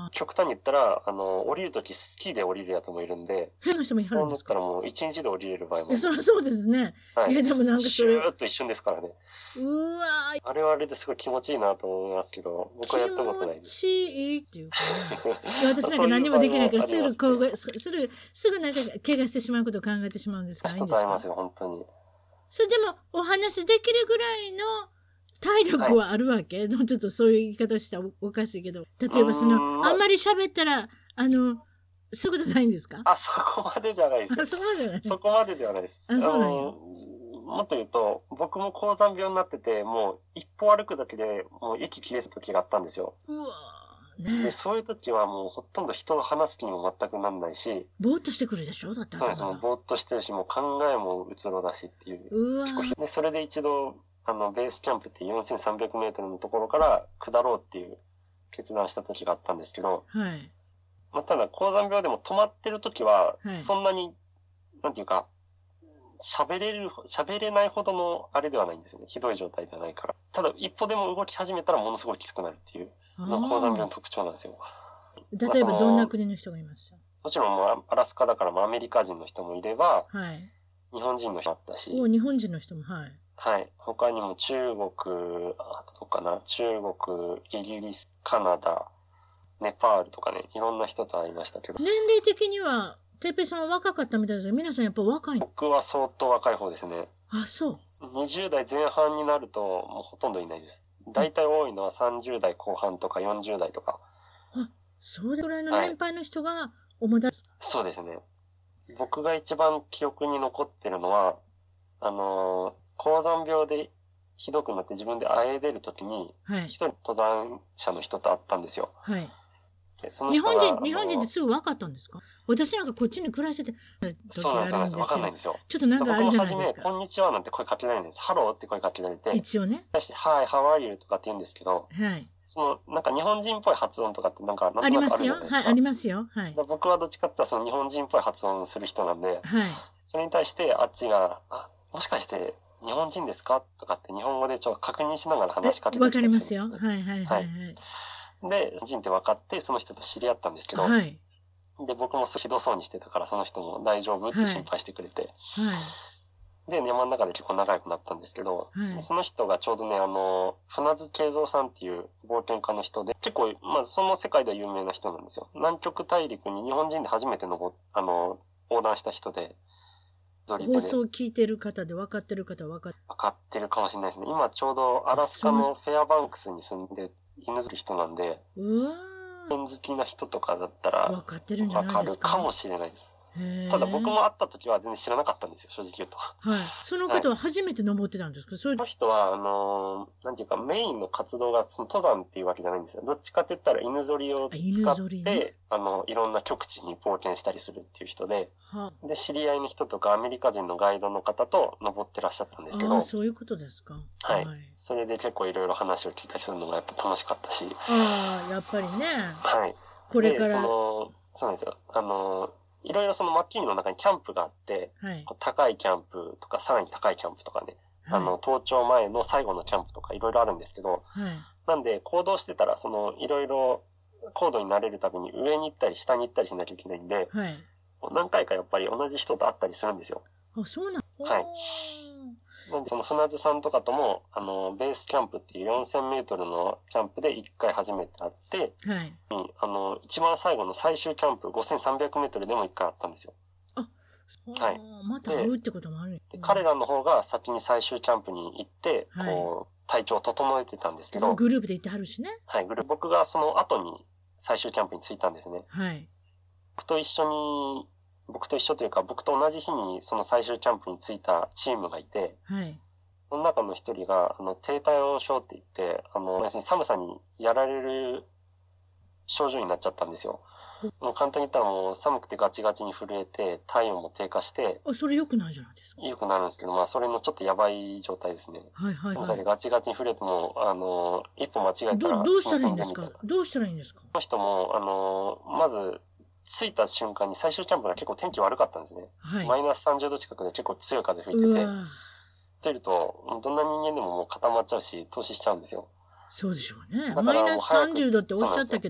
極端に言ったら、あの、降りるときスキーで降りるやつもいるんで、 変な人もいるんですか？ そうなったらもう一日で降りれる場合もある。 そりゃそうですね。 はい。 いや、でもなんかシそれ。 ューッと一瞬ですからね。 うわー。 あれはあれですごい気持ちいいなと思いますけど、僕はやったことないです。 気持ちいいっていうか、ね。いや、私なんか何もできないから、すぐこう、すぐ、すぐなんか怪我してしまうことを考えてしまうんですから。 人と会いますよ、本当に。 それでも、お話できるぐらいの体力はあるわけ、はい、ちょっとそういう言い方をしたらおかしいけど。例えばその、あんまり喋ったら、あの、そういうことないんですか？ あ、そこまでではないです。 あ、そこまでではない。 そこまでではないです。 あ、そうなんや。 もっと言うと、僕も高山病になってて、もう一歩歩くだけでもう息切れる時があったんですよ。 うわね、 で、そういう時はもうほとんど人と話す気にも全くなんないし。 ぼーっとしてくるでしょ？だってそうです。もうぼーっとしてるし、もう考えもうつろだしっていう。 うわで、それで一度、あの、ベースキャンプってよんせんさんびゃくメートルのところから下ろうっていう決断した時があったんですけど。 はい。 まあ、ただ、高山病でも止まってる時は、そんなに、はい、なんていうか、喋れる、喋れないほどのあれではないんですよね。ひどい状態ではないから。ただ、一歩でも動き始めたらものすごいきつくなるっていうのが高山病の特徴なんですよ。 例えばどんな国の人がいました？ もちろんもうアラスカだからもアメリカ人の人もいれば、 はい、 日本人の人もあったし。 お、日本人の人も、はい。 はい。他にも中国、あとかな、中国、イギリス、カナダ、ネパールとかね、いろんな人と会いましたけど。 年齢的には、てっぺいさんは若かったみたいですけど、皆さんやっぱ若い？ 僕は相当若い方ですね。 あ、そう。 にじゅう代前半になると、もうほとんどいないです。大体多いのはさんじゅう代後半とかよんじゅう代とか。 あ、それぐらいの年配の人が主だ、はい、 そうですね。僕が一番記憶に残ってるのは、あのー、高山病でひどくなって自分であえ出るときに、はい、一人登山者の人と会ったんですよ。 はい。その日本人、日本人ってすぐ分かったんですか？私なんかこっちに暮らしてて、 そうなんですよ。分かんないんですよ。 ちょっとなんかあるじゃないですか。 僕も初め、こんにちはなんて声かけられないんです。ハローって声かけられて。 一応ね。 はい、how are you とかって言うんですけど、 はい。 その、なんか日本人っぽい発音とかってなんか、なんとなくあるじゃないですか。ありますよ。 はい、ありますよ。はい。 僕はどっちかっていうとその日本人っぽい発音する人なんで、はい。それに対してあっちが、あ、もしかして日本人ですかとかって日本語でちょっと確認しながら話しかけてわかりますよ。はいはいはいはい。 で、人って分かってその人と知り合ったんですけど、はい。で、僕もひどそうにしてたから、その人も大丈夫って心配してくれて。はい。で、山の中で結構仲良くなったんですけど、はい、その人がちょうどね、あの、船津慶三さんっていう冒険家の人で、結構、まあ、その世界では有名な人なんですよ。南極大陸に日本人で初めて登あの、横断した人で、 放送を聞いてる方で分かってる方は分かって分かってるかもしれないですね。今ちょうどアラスカのフェアバンクスに住んで犬好き人なんで、うわ犬好きな人とかだったら分かってるんじゃないですか。 分かるかもしれないです。ただ僕も会った時は全然知らなかったんですよ、正直言うと。 はい。その方は初めて登ってたんですか？はい、 その人は、あのー、なんていうかメインの活動がその登山っていうわけじゃないんですよ。どっちかって言ったら犬ぞりを使って、ね、あの、いろんな極地に冒険したりするっていう人で、はあ、で、知り合いの人とかアメリカ人のガイドの方と登ってらっしゃったんですけど。 ああ、そういうことですか。 はい。はい、それで結構いろいろ話を聞いたりするのがやっぱ楽しかったし。 ああ、やっぱりね。 はい。 これから。 その、そうなんですよ。あのー、いろいろそのマッキーニの中にキャンプがあって、はい、高いキャンプとか、さらに高いキャンプとかね、はい、あの、登頂前の最後のキャンプとかいろいろあるんですけど、はい、なんで行動してたら、その、いろいろ高度になれるたびに上に行ったり下に行ったりしなきゃいけないんで、はい、何回かやっぱり同じ人と会ったりするんですよ。 あ、そうなの？ はい。なんでその船津さんとかとも、あの、ベースキャンプっていうよんせんメートルのキャンプでいっかい初めて会って、はい。あの、一番最後の最終キャンプごせんさんびゃくメートルでもいっかい会ったんですよ。 あ、はい。また会うってこともある。 で、彼らの方が先に最終キャンプに行って、はい、こう、体調を整えてたんですけど。 グループで行ってはるしね。 はい、グループ。僕がその後に最終キャンプに着いたんですね。はい。僕と一緒に、僕と一緒というか、僕と同じ日にその最終キャンプに着いたチームがいて、はい。その中の一人が、あの、低体温症って言って、あの、要するに寒さにやられる症状になっちゃったんですよ。もう簡単に言ったらもう寒くてガチガチに震えて、体温も低下して。 あ、それ良くないじゃないですか。 良くなるんですけど、まあ、それのちょっとやばい状態ですね。はいはいはい。でガチガチに震えても、あの、一歩間違えたらど、どうしたらいいんですか？どうしたらいいんですか？ この人も、あの、まず、着いた瞬間に最終キャンプが結構天気悪かったんですね。はい。マイナスさんじゅうど近くで結構強い風吹いてて。といると、どんな人間でももう固まっちゃうし、投資しちゃうんですよ。 そうでしょうね。マイナスさんじゅうどっておっしゃったけど、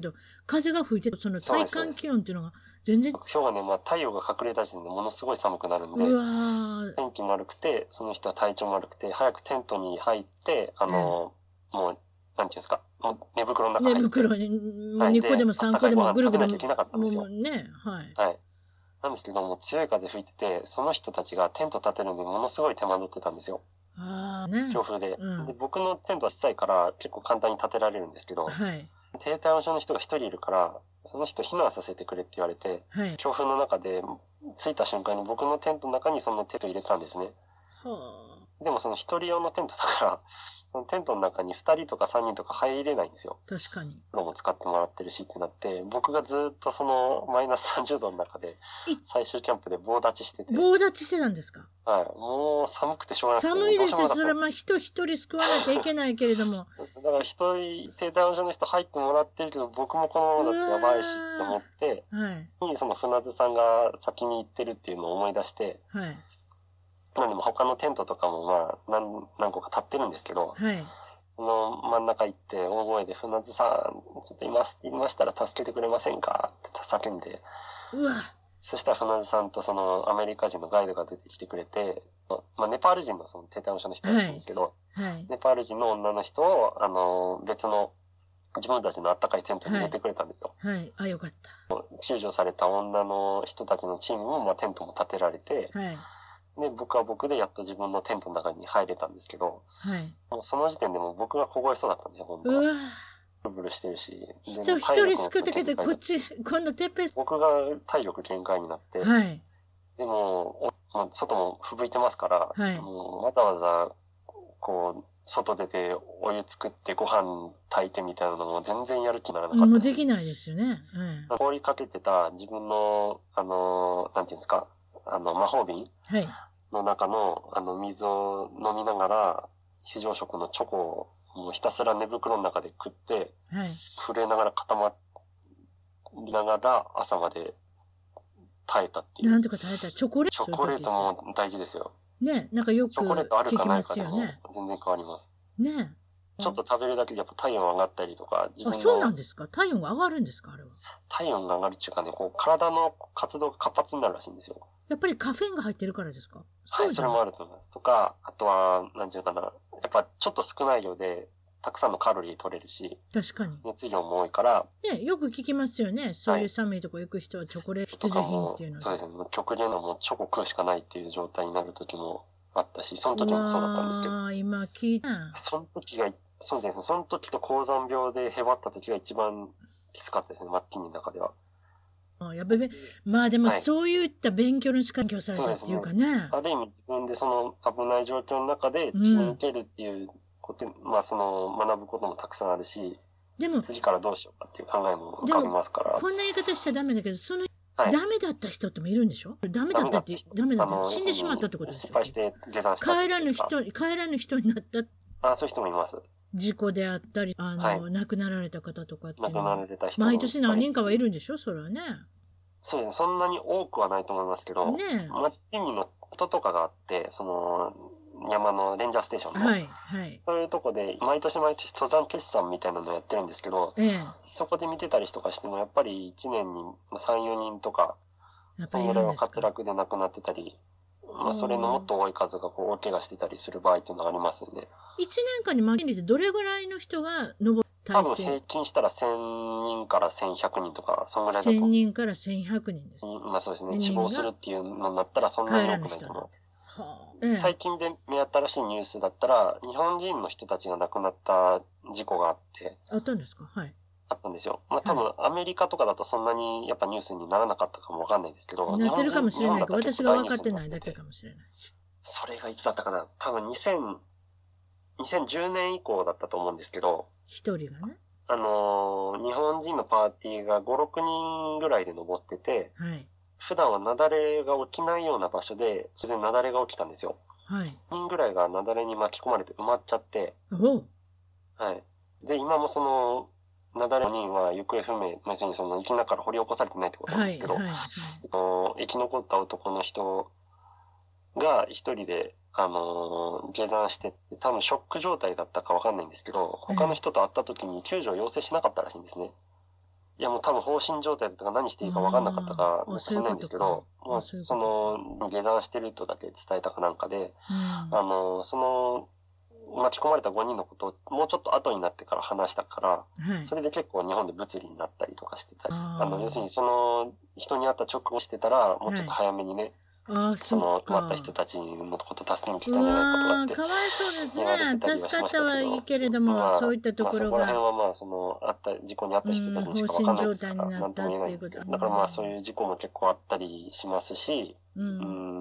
風が吹いてる、その体感気温っていうのが全然。 今日はね、まあ太陽が隠れた時点でものすごい寒くなるんで、うわ天気も悪くて、その人は体調も悪くて、早くテントに入って、あの、うん、もう、なんていうんですか、寝袋の中に入って。寝袋に、にこでもさんこでもぐるぐる。食べなきゃいけなかったんですよ。もうね、はい。はい。なんですけども、強い風吹いてて、その人たちがテント立てるのにものすごい手間取ってたんですよ。ああね。強風で、うん、で。僕のテントは小さいから結構簡単に立てられるんですけど、はい、低体温症の人が一人いるから、その人避難させてくれって言われて、はい、強風の中で着いた瞬間に僕のテントの中にそのテント入れたんですね。はあでもその一人用のテントだから、そのテントの中に二人とか三人とか入れないんですよ。確かに。風呂も使ってもらってるしってなって、僕がずっとそのマイナスさんじゅうどの中で、最終キャンプで棒立ちしてて。棒立ちしてたんですか？はい。もう寒くてしょうがなくて。寒いですよ。それはまあ人一人救わなきゃいけないけれども。だから一人、低体温症の人入ってもらってるけど、僕もこのままだとやばいしって思って、はい。その船津さんが先に行ってるっていうのを思い出して、はい。まあでも他のテントとかもまあ何、何個か立ってるんですけど、はい、その真ん中行って大声で船津さん、ちょっといます、いましたら助けてくれませんかって叫んで、うわそしたら船津さんとそのアメリカ人のガイドが出てきてくれて、まあネパール人のその低体温症の人だったんですけど、はいはい、ネパール人の女の人をあの別の自分たちのあったかいテントに入れてくれたんですよ。はい。はい、あ、よかった。救助された女の人たちのチームもまあテントも建てられて、はいで、僕は僕でやっと自分のテントの中に入れたんですけど、はい。もうその時点でもう僕が凍えそうだったんですよ、本当は。うわブルブルしてるし。人一人救ってけて、こっち、今度てっぺん。僕が体力限界になって、はい。でも、まあ、外も吹雪いてますから、はい。もうわざわざ、こう、外出てお湯作ってご飯炊いてみたいなのも全然やる気にならなかったし。もうできないですよね。はい。凍りかけてた自分の、あの、なんていうんですか、あの、魔法瓶はい。の中の、あの、水を飲みながら、非常食のチョコをもうひたすら寝袋の中で食って、はい。震えながら固まりながら朝まで耐えたっていう。なんとか耐えた。チョコレートチョコレートも大事ですよ。ね、なんかよくチョコレートあるかないかでも全然変わります。ね。ちょっと食べるだけでやっぱ体温上がったりとか、自分の。あ、そうなんですか？体温が上がるんですか？あれは。体温が上がるっていうかね、こう、体の活動が活発になるらしいんですよ。やっぱりカフェインが入ってるからですか？はい、それもあると思います。とか、あとは、なんていうかな、やっぱちょっと少ない量で、たくさんのカロリー取れるし。確かに。熱量も多いから。ね、よく聞きますよね。そういう寒いとこ行く人はチョコレート必需品っていうのは。そうですね。極限のもうチョコ食うしかないっていう状態になる時もあったし、その時もそうだったんですけど。ああ、今聞いた。その時が、そうですね。その時と高山病でへばった時が一番きつかったですね。マッキーの中では。あやっぱり、まあでもそういった勉強の仕方をされたっていうかね。はい、ねある意味自分でその危ない状況の中で血抜けるっていうこと、うん、まあその学ぶこともたくさんあるし、でも次からどうしようかっていう考えも浮かびますから。こんな言い方しちゃダメだけど、その、はい、ダメだった人ってもいるんでしょ？ダメだったって、ダメだったって死んでしまったってことですよ。失敗して下山したってことですか？帰らぬ人、帰らぬ人になった。あ、そういう人もいます。事故であったり、あの、はい、亡くなられた方とかっていうのは。亡くなられた人も。毎年何人かはいるんでしょ？それはね。そうですね。そんなに多くはないと思いますけど、ねマッキンにのこととかがあって、その、山のレンジャーステーションの、はいはい、そういうとこで、毎年毎年登山決算みたいなのをやってるんですけど、ええ、そこで見てたりとかしても、やっぱりいちねんにさん、よにんとか、そのぐらいは滑落で亡くなってたり、まあ、それのもっと多い数がこう大怪我してたりする場合っていうのがありますよね。いちねんかんにマッキンリーでどれぐらいの人が登る？多分平均したらせんにんからせんひゃくにんとか、そんぐらいだと。せんにんからせんひゃくにんです。まあそうですね。死亡するっていうのになったらそんなに多くないと思います。はあええ、最近で目新しいニュースだったら、日本人の人たちが亡くなった事故があって。あったんですか？はい。あったんですよ。まあ多分アメリカとかだとそんなにやっぱニュースにならなかったかもわかんないですけど。なってるかもしれないけど、私が分かってないだけかもしれないし。それがいつだったかな？多分にせん、にせんじゅうねん以降だったと思うんですけど。一人がね。あのー、日本人のパーティーがご、ろくにんぐらいで登ってて、はい、普段は雪崩が起きないような場所で、それで雪崩が起きたんですよ。はい。にんぐらいが雪崩に巻き込まれて埋まっちゃって、おはい。で、今もその、雪崩にんは行方不明、要するにその、雪の中から掘り起こされてないってことなんですけど、はいはいはい、生き残った男の人が一人で、あのー、下山して、多分ショック状態だったかわかんないんですけど、他の人と会った時に救助を要請しなかったらしいんですね。 いやもう多分放心状態だったか何していいか分かんなかったかもしれないんですけど、もうその下山してるとだけ伝えたかなんかで、うん、あの、その巻き込まれたごにんのことをもうちょっと後になってから話したから、はい、それで結構日本で物理になったりとかしてたり、あの、要するにその人に会った直後してたら、もうちょっと早めにね、はいあその待った人たちのこと助けに来たんじゃないかとかってかわいそうですね。助かったはいいけれども、まあ、そういったところが、まあ、そこら辺はまあそのあった事故に遭った人たちにしか分からないですから、なんとも言えないんですけど、だからまあそういう事故も結構あったりしますし、 うん、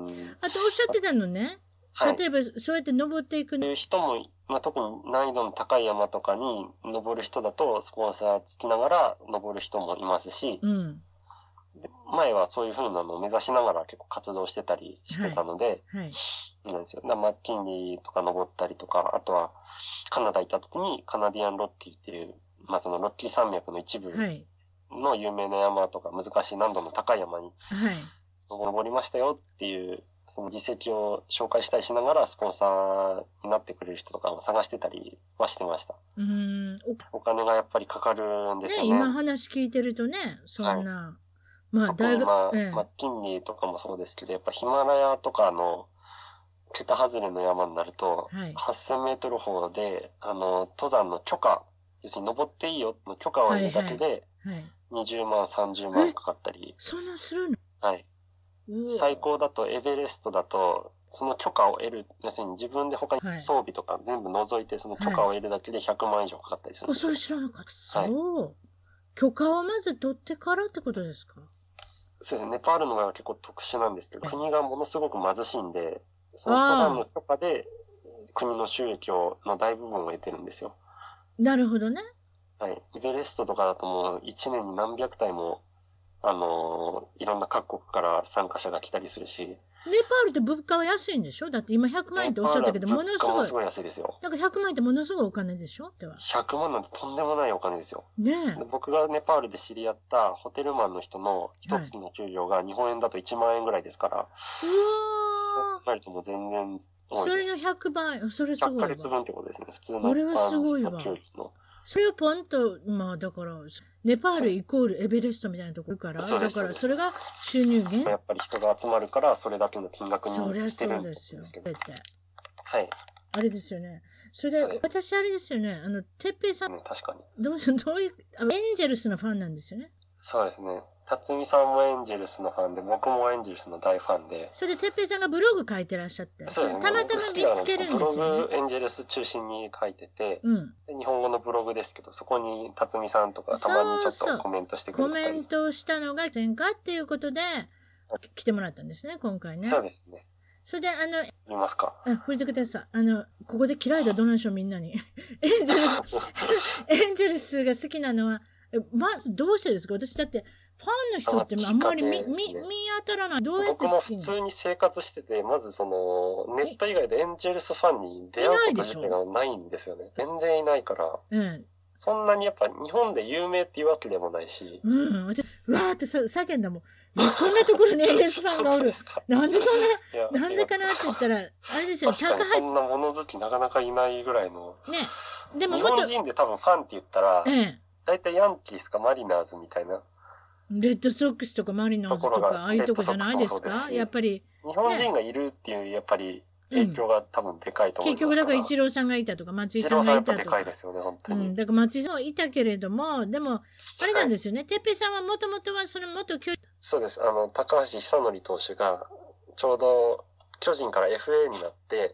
うんあとおっしゃってたのね、はい、例えばそうやって登っていく人も、まあ、特に難易度の高い山とかに登る人だとスポンサーつきながら登る人もいますし、うん前はそういう風なのを目指しながら結構活動してたりしてたので、はいはい、なんですよ。だマッキンリーとか登ったりとか、あとはカナダ行った時にカナディアンロッキーっていう、まあそのロッキー山脈の一部の有名な山とか難しい難度の高い山に登りましたよっていう、その実績を紹介したりしながらスポンサーになってくれる人とかを探してたりはしてました。うーん お, お金がやっぱりかかるんですよね。 ね今話聞いてるとね、そんな、はいまあ、特にまあ、ええ、マッキンリーとかもそうですけど、やっぱヒマラヤとかの桁外れの山になると、はい、はっせんメートル方で、あの、登山の許可、要するに登っていいよの許可を得るだけで、にじゅうまん、さんじゅうまんかかったり。 そんなするの？ はい。最高だと、エベレストだと、その許可を得る、要するに自分で他に装備とか全部除いて、その許可を得るだけでひゃくまん以上かかったりするんですよ。 はい、それ知らなかった。そう。はい、許可をまず取ってからってことですか？ そうですね。ネパールの場合は結構特殊なんですけど、国がものすごく貧しいんで、その登山の許可で国の収益をの大部分を得てるんですよ。 なるほどね。 はい。エベレストとかだともういちねんに何百体も、あのー、いろんな各国から参加者が来たりするし。 ネパールって物価は安いんでしょ？だって今ひゃくまん円っておっしゃったけど、ものすごい。 ものすごい安いですよ。 だからひゃくまん円ってものすごいお金でしょ？では。 ひゃくまんなんてとんでもないお金ですよ。ねえ。僕がネパールで知り合ったホテルマンの人の一月の給料が日本円だといちまん円ぐらいですから。うわー。そうなるともう全然多いです。 それのひゃくばい、それすごいわ。 ひゃっかげつぶんってことですね。普通のこれはすごいわ。給料の。それをポンと、まあだから、ネパールイコールエベレストみたいなところから、だからそれが収入源。 やっぱり人が集まるから、それだけの金額にしてるんですよ。 そりゃそうですよ。 はい。 あれですよね。それで、はい、私あれですよね。あの、てっぺいさん、 ね、確かに。 どう、どういう、エンジェルスのファンなんですよね。 そうですね。辰巳さんもエンジェルスのファンで、僕もエンジェルスの大ファンで。 それで、てっぺいさんがブログ書いてらっしゃって。 そうですね。 たまたま見つけるんですよ、ね。 ブログエンジェルス中心に書いてて、うん、で日本語のブログですけど、そこに辰巳さんとかたまにちょっとコメントしてくれてたり。 そうそうコメントをしたのが前回っていうことで、来てもらったんですね、今回ね。 そうですね。 それで、あの、 見ますか。 あ、触れてください。あの、ここで嫌いだ、どないしょ、みんなに。エンジェルス、エンジェルスが好きなのは、まずどうしてですか？私だって、ファンの人ってあんまり見、ね、見、見当たらない。どうやって僕も普通に生活してて、まずその、ネット以外でエンジェルスファンに出会うこと自体がないんですよね。全然いないから。うん。そんなにやっぱ日本で有名っていうわけでもないし。 うん。私、うわーってさ叫んだもん。こんなところにエンジェルスファンがおる。なんでそんな、なんでかなって言ったら、あれですよ、 高橋さん。そんな物好きなかなかいないぐらいの。ね。でも日本人で多分ファンって言ったら、ええ、大体ヤンキースかマリナーズみたいな。 レッドソックスとかマリナーズとか、ああいうとこじゃないですか？やっぱり。 日本人がいるっていう、やっぱり、影響が多分でかいと思いますから、うん、結局だからイチローさんがいたとか、松井さんがいたとか。イチローさんやっぱでかいですよね、本当に。 うん、だから松井さんはいたけれども、でも、あれなんですよね。てっぺいさんはもともとはその元巨人。 そうです。あの、高橋久典投手が、ちょうど巨人から エフエー になって、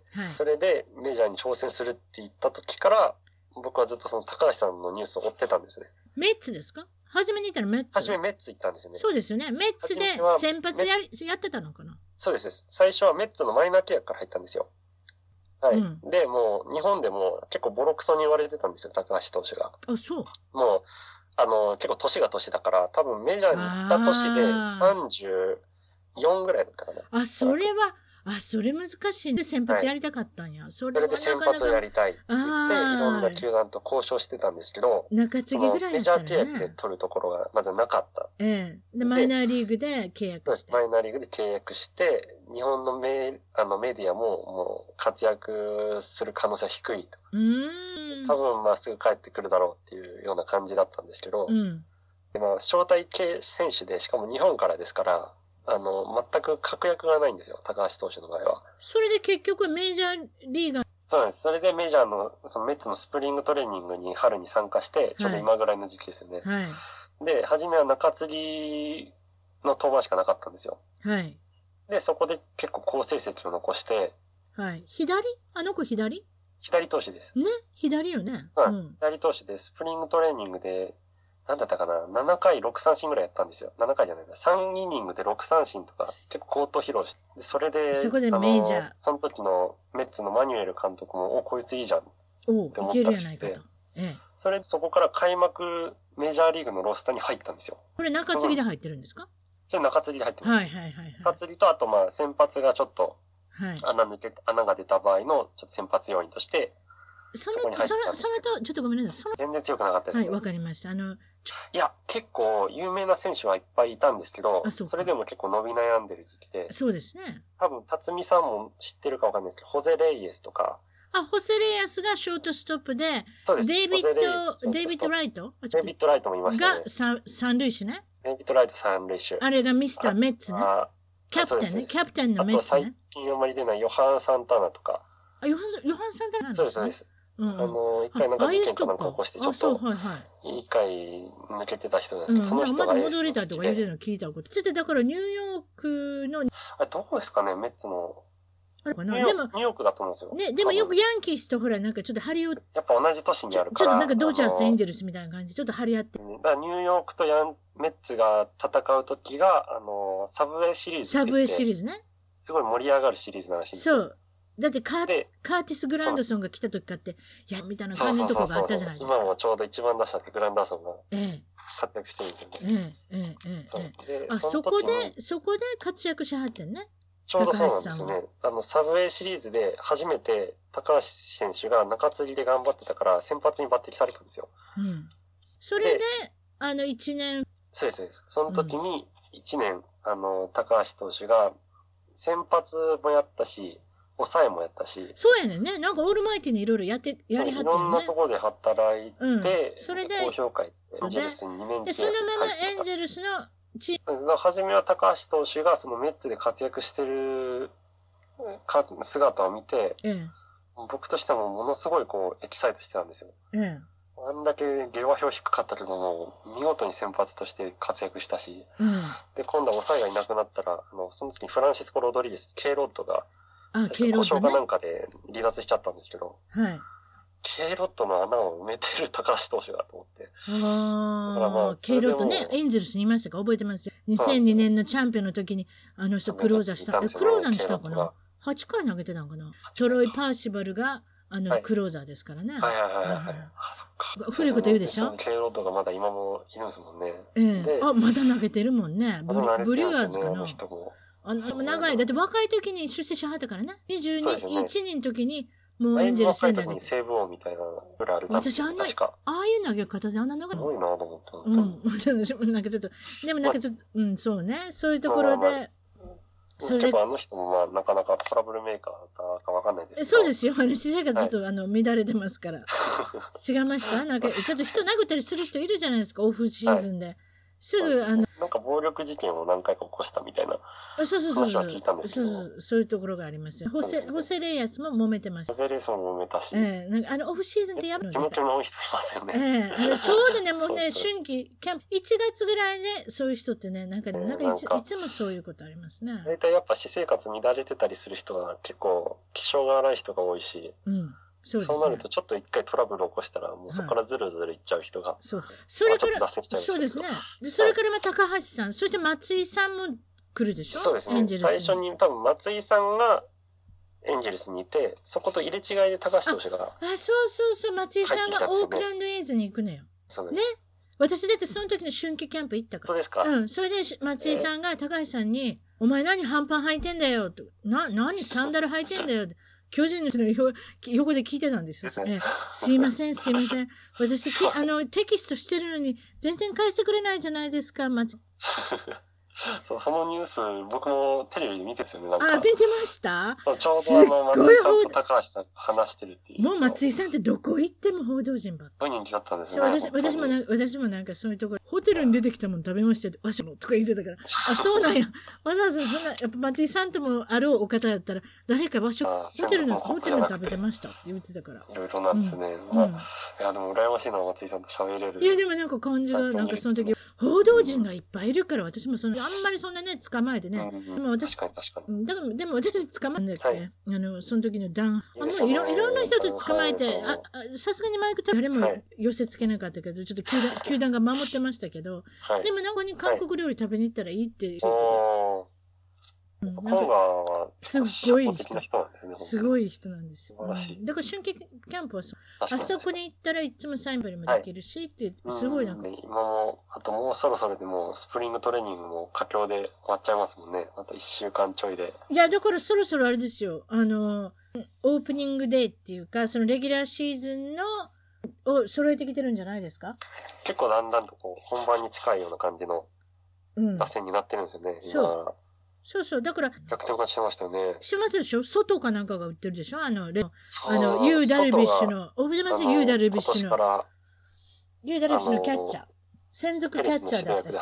はい、それでメジャーに挑戦するって言った時から、僕はずっとその高橋さんのニュースを追ってたんですね。 メッツですか？初めに行ったのメッツ。 初めメッツ行ったんですよね。 そうですよね。メッツで先発ややってたのかな？ そうです。最初はメッツのマイナー契約から入ったんですよ。はい。うん、で、もう日本でも結構ボロクソに言われてたんですよ、高橋投手が。 あ、そう。 もう、あの、結構年が年だから、多分メジャーに行った年でさんじゅうよんぐらいだったかな。 あ、それは、あ、それ難しい。で、先発やりたかったんや。はい、 それ, それで先発をやりたいって言って、いろんな球団と交渉してたんですけど、 中継ぎぐらいだったらね。メジャー契約で取るところがまずなかった。 ええ。で、マイナーリーグで契約して。 マイナーリーグで契約して、日本のメあのメディアももう活躍する可能性は低いと。うーん。多分まあすぐ帰ってくるだろうっていうような感じだったんですけど、うん、 でまあ、招待系選手で、しかも日本からですから、あの、全く確約がないんですよ、高橋投手の場合は。 それで結局メジャーリーガー。 そうなんです。それでメジャーの、そのメッツのスプリングトレーニングに春に参加して、ちょうど今ぐらいの時期ですよね。はい。で、初めは中継ぎの登板しかなかったんですよ。はい。で、そこで結構好成績を残して、 はい。左？あの子左？ 左投手です。 ね、左よね。 そうなんです。うん、左投手で、スプリングトレーニングで、なんだったかな、ななかいろくさんしんぐらいやったんですよ。ななかいじゃないな。さんイニングでろくさんしんとか、結構好投披露して、それで、 そこでメジャー。 その時のメッツのマニュエル監督も、お、こいついいじゃんって思ったらしくて、ええ、それでそこから開幕メジャーリーグのロスターに入ったんですよ。 これ中継ぎで入ってるんですか？ それ中継ぎで入ってます。はいはいはい、はい。中継ぎと、あとまあ先発がちょっと、穴抜け、穴が出た場合のちょっと先発要員として、 その、それ、それと、ちょっとごめんなさい。 全然強くなかったですね。 はい、わかりました。あの、 いや、結構有名な選手はいっぱいいたんですけど、そ, それでも結構伸び悩んでる時期で。 そうですね。 多分、辰巳さんも知ってるかわかんないですけど、ホゼ・レイエスとか。 あ、ホセ・レイエスがショートストップで、そうです。デイビッド、デイビッド・ライトデイビッド・ライトもいましたね。 が三塁手ね。 デイビッド・ライト三塁手。 あれがミスター・メッツね。キャプテンね。キャプテンのメッツね。 あと最近あんまり出ないヨハン・サンタナとか。 あ、ヨハン、ヨハン・サンタナなんですか？ そうです、そうです。うんうん、あの、一回なんか事件かなんか起こして、ちょっと、一回抜けてた人なんですけど、その人がエースの時で。まだ戻れたとか言うてるの聞いたこと。つってだからニューヨークの、あれどこですかね、メッツの。あれかな。でも、ニューヨークだと思うんですよ。 ね、でもよくヤンキースとほら、なんかちょっと張り合う。 やっぱ同じ都市にあるから。 ちょっとなんかドジャース、エンジェルスみたいな感じで、ちょっと張り合って。 だからニューヨークとヤン、メッツが戦う時が、あの、サブウェイシリーズ。 サブウェイシリーズね。 すごい盛り上がるシリーズのらしいんですよ。そう。 だってカー、カーティス・グランドソンが来た時かって、いや、みたいな感じのとこがあったじゃないですか。 今もちょうど一番打者でグランダーソンが活躍してるんですよね。ええ、ええ、ええ。あ、そこで、そこで活躍しはってんね。 ちょうどそうなんですね。あの、サブウェイシリーズで初めて高橋選手が中継ぎで頑張ってたから、先発に抜擢されたんですよ。うん。それで、あの、一年。 そうです、そうです。その時に一年、あの、高橋投手が先発もやったし、抑えもやったし。 そうやねんね。なんかオールマイティにいろいろやって、やりはってるね。 いろんなところで働いて、うん、 それで、 高評価エンジェルスににねんで、そのままエンジェルスのチーム。初めは高橋投手がそのメッツで活躍してるか姿を見て、うん、僕としてもものすごいこう、エキサイトしてたんですよ。うん、あんだけ下馬評低かったけども、見事に先発として活躍したし、うん、で、今度は抑えがいなくなったら、あの、その時にフランシスコ・ロドリゲス、K ロッドが、 あ、K ロッドね。 故障かなんかで離脱しちゃったんですけど、はい。K ロッドの穴を埋めてる高橋投手だと思って。 ああ。だからまあ、K ロッドね、エンゼルスにいましたか覚えてますよ。にせんにねんのチャンピオンの時に、あの人クローザーした。え、クローザーにしたのかな ?はち 回投げてたのかなトロイ・パーシバルが、あの、はい、クローザーですからね。 はいはいはいはい。あ、そっか。 古いこと言うでしょ ?K ロッドがまだ今もいるんですもんね。 ええ。あ、まだ投げてるもんね。ブ, ブリュワーズかな。あの、長い。だって若い時に出世しはったからね。にじゅういちねんの時に、もうエンジェルスに若い時にセーブ王みたいなぐらいあるんですよ。 私あんな、ああいう投げ方であんな投げすごいなと思った。 うん。なんかちょっと、でもなんかちょっと、うん、そうね。そういうところで、 それで。結構あの人もまあ、なかなかトラブルメーカーだったかわかんないですけど。 そうですよ。あの、私生活ちょっと、はい、あの、乱れてますから。違いましたなんか、ちょっと人殴ったりする人いるじゃないですか、オフシーズンで。はい、すぐ、すね、あの、 なんか暴力事件を何回か起こしたみたいな話は聞いたんですけど。 そうそうそう。そういうところがありますよ。ホセ、ホセレイヤスも揉めてました。 ホセレイヤスも揉めたし。 ええー、なんかあの、オフシーズンってやるの気持ちの多い人いますよね。 ええー、あの、ちょうどね、もうね、春季、キャンプ、いちがつぐらいで、そういう人ってね、なんか、なんかいつ、いつもそういうことありますね。 大体やっぱ私生活乱れてたりする人は結構、気性が荒い人が多いし。うん。そうですね、そうなるとちょっと一回トラブル起こしたらもうそこからずるずるいっちゃう人が、はい、そうそれからそうですねでそれからまあ高橋さん、はい、そして松井さんも来るでしょ。 そうですね。最初に多分松井さんがエンジェルスにいてそこと入れ違いで高橋投手がああそうそうそう松井さんがオークランドエイズに行くのよ。そうですね。私だってその時の春季キャンプ行ったから。 そうですか。 うんそれで松井さんが高橋さんに、えー、お前何半パン履いてんだよとな何サンダル履いてんだよって巨人の人の横で聞いてたんですよ。えすいません、すいません。私、あの、テキストしてるのに全然返してくれないじゃないですか、まず。 そう、そのニュース、僕もテレビで見てるんですよね、なんか。 あ、見てました？ そう、ちょうどあの、松井さんと高橋さん話してるっていう。 もう松井さんってどこ行っても報道陣ばっかり。人気だったんですね。私, 私, もな私もなんかそういうところ、ホテルに出てきたもの食べましたわしもとか言ってたから、あ、そうなんや。わざわざそんな、やっぱ松井さんともあろうお方だったら、誰か和食、ホテルの、ホテルに食べてましたって言ってたから。いろいろなんですね。うんまあうん、いや、でも羨ましいな、松井さんと喋れる。 いや、でもなんか感じが、なんかその時、報道陣がいっぱいいるから、私もその、あんまりそんなね、捕まえてね。 うんうん、でも私、確かに確かに。 だからでも私捕まえんだっけ、はい、あの、その時の段、あもういろいろんな人と捕まえて、あさすがにマイク誰も寄せつけなかったけど、ちょっと球団、球団が守ってましたけど、はい、でもなんかに韓国料理食べに行ったらいいって言ってた。はいうん、なんかすごい人なんですね。 すごい人なんですよ。 素晴らしい。 うん、だから春季キャンプはそあそこに行ったらいつもサインプルもできるし、はい、ってすごいなんか、 うん、今もあともうそろそろでもスプリングトレーニングも佳境で終わっちゃいますもんね。あといっしゅうかんちょいで。 いやだからそろそろあれですよ。あのオープニングデーっていうかそのレギュラーシーズンのを揃えてきてるんじゃないですか。 結構だんだんとこう本番に近いような感じの打線になってるんですよね。うん、今そうそうそう、だから、 逆転がしてましたよね。 してますでしょ外かなんかが売ってるでしょあの、レあの、ユーダルビッシュの、覚えてますユーダルビッシュの。ユーダルビッシュのキャッチャー。専属キャッチャーだった。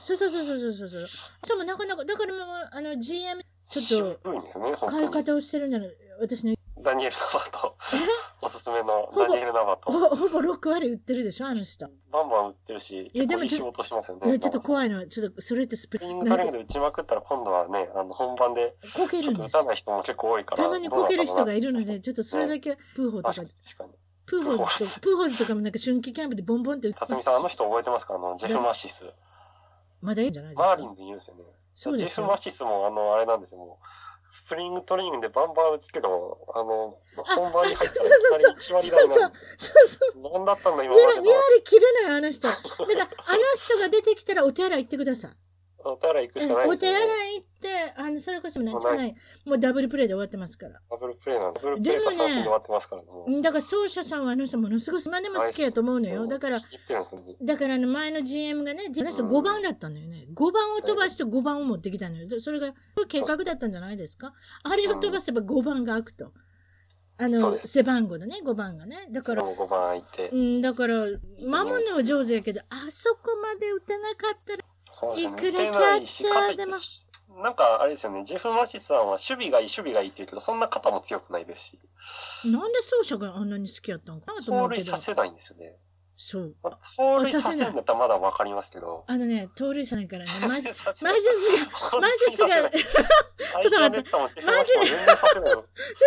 そうそうそうそうそうそう。そうもなかなか、だからもう、あの、ジーエム、ちょっと、変え方をしてるんだよ。私の。 ダニエル・ナバと、おすすめのダニエル・ナバと。 ほぼ、ほぼろく割売ってるでしょあの人。 バンバン売ってるし、結構いい仕事しますよね。 いや、ちょっと怖いのは、ちょっと、それってスプリングトレーニングで打ちまくったら今度はね、あの、本番で、ちょっと打たない人も結構多いから。 たまにこける人がいるので、ちょっとそれだけ、プーホーとか。 確かに。 プーホーズとか、プーホーズとかもなんか春季キャンプでボンボンって打って。 辰巳さん、あの人覚えてますかあの、ジェフ・マシス。 まだいいんじゃないですか。 マーリンズいるんですよね。そうです。ジェフ・マシスも、あの、あれなんですよ、もう。スプリングトレーニングでバンバン打つけど、あの、本番に入ったらいきなりいち割台なんですよ。そうそう。何だったんだ、今までの。 に割切るのよ、あの人。だから、あの人が出てきたらお手洗い行ってください。 お手洗い行くしかないですよね。 お手洗い行って、あの、それこそ何もない。もうダブルプレイで終わってますから。 ダブルプレイなんだ。ダブルプレイが三振で終わってますからね。だから、奏者さんはあの人ものすごい、今でも好きやと思うのよ。だから、だからあの前の ジーエム がね、あの人ごばんだったのよね。ごばんを飛ばしてごばんを持ってきたのよ。それが、計画だったんじゃないですか。あれを飛ばせばごばんが開くと。あの、背番号のね、ごばんがね。だから、 ごばん開いて。 うん、だから、守るのは上手やけど、あそこまで打てなかったら、いくらキャッチャーでも。 なんか、あれですよね、ジェフ・マシスさんは守備がいい、守備がいいって言うけど、そんな肩も強くないですし。なんで走者があんなに好きやったのかなと思うけど。 盗塁させないんですよね。 そう。 盗塁させるんだったらまだわかりますけど。 あのね、盗塁さないからね。マジ、マジスが、マジスが、ちょっと待って。マジで。全然ダメ。全然ダメ。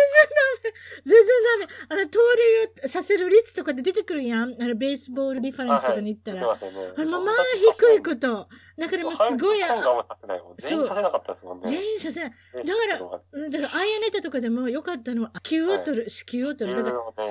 あの、盗塁をさせる率とかで出てくるやん。あの、ベースボールリファレンスとかに行ったら。あの、まあ、低いこと。だからもうすごい。 全員させなかったですもんね。 全員させない。だから、だから、ああいうネタとかでもよかったのは、支給を取る、支給を取る。 だから、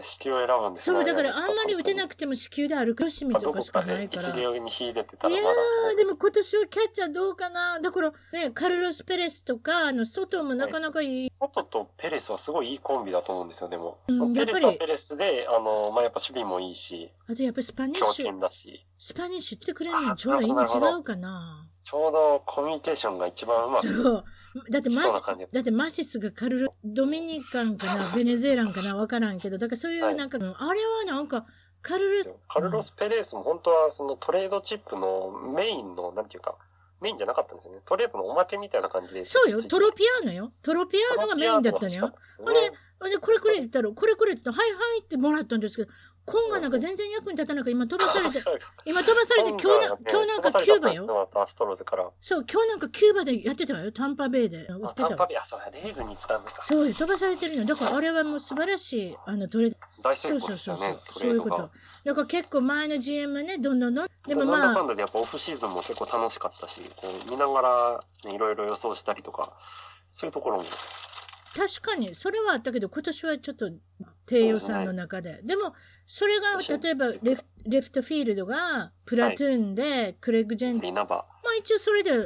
支給を選ぶんですそう、だからあんまり打てなくても支給で歩くしみとかしかないから。 一流に秀でてたらまだ。 いやー、でも今年はキャッチャーどうかな。だからね、カルロス・ペレスとか、あの、外もなかなかいい。 外とペレスはすごいいいコンビだと思うんですよ、でも。ペレスはペレスで、あの、まあ、やっぱ守備もいいし。 あとやっぱスパニッシュ。 強肩だし。 スパニッシュってくれるのちょうどいいの違うかな。 ちょうどコミュニケーションが一番うまく。 そう。だってマシ、だってマシスがカルロ、ドミニカンかな、ベネズエランかな、わからんけど、だからそういうなんか、はい、あれはなんか、カルロ、 カルロス・ペレスも本当はそのトレードチップのメインの、なんていうか、メインじゃなかったんですよね。トレードのおまけみたいな感じで。 そうよ、トロピアーノよ。トロピアーノがメインだったのよ。ほんで、ほんで、これこれ言ったら、これこれって言ったら、はいはいってもらったんですけど、コンがなんか全然役に立たなくて、今飛ばされて、今飛ばされて、今日な、今日なんかキューバよ。そう、今日なんかキューバでやってたわよ。タンパベイで。 あ、タンパベイ、あ、そうや、レイズに行ったんだ。 そうよ、飛ばされてるの。だからあれはもう素晴らしい、あの、トレード。 大成功ですよね、 そういうこと。だから結構前の ジーエム ね、どんどんどん。 でもまあ。なんだかんだでやっぱオフシーズンも結構楽しかったし、こう見ながら、ね、いろいろ予想したりとか、そういうところも。 確かに、それはあったけど、今年はちょっと低予算の中で。でも、それが、例えばレフ、レフトフィールドが、プラトゥーンで、クレッグ・ジェンティ。まあ一応それで、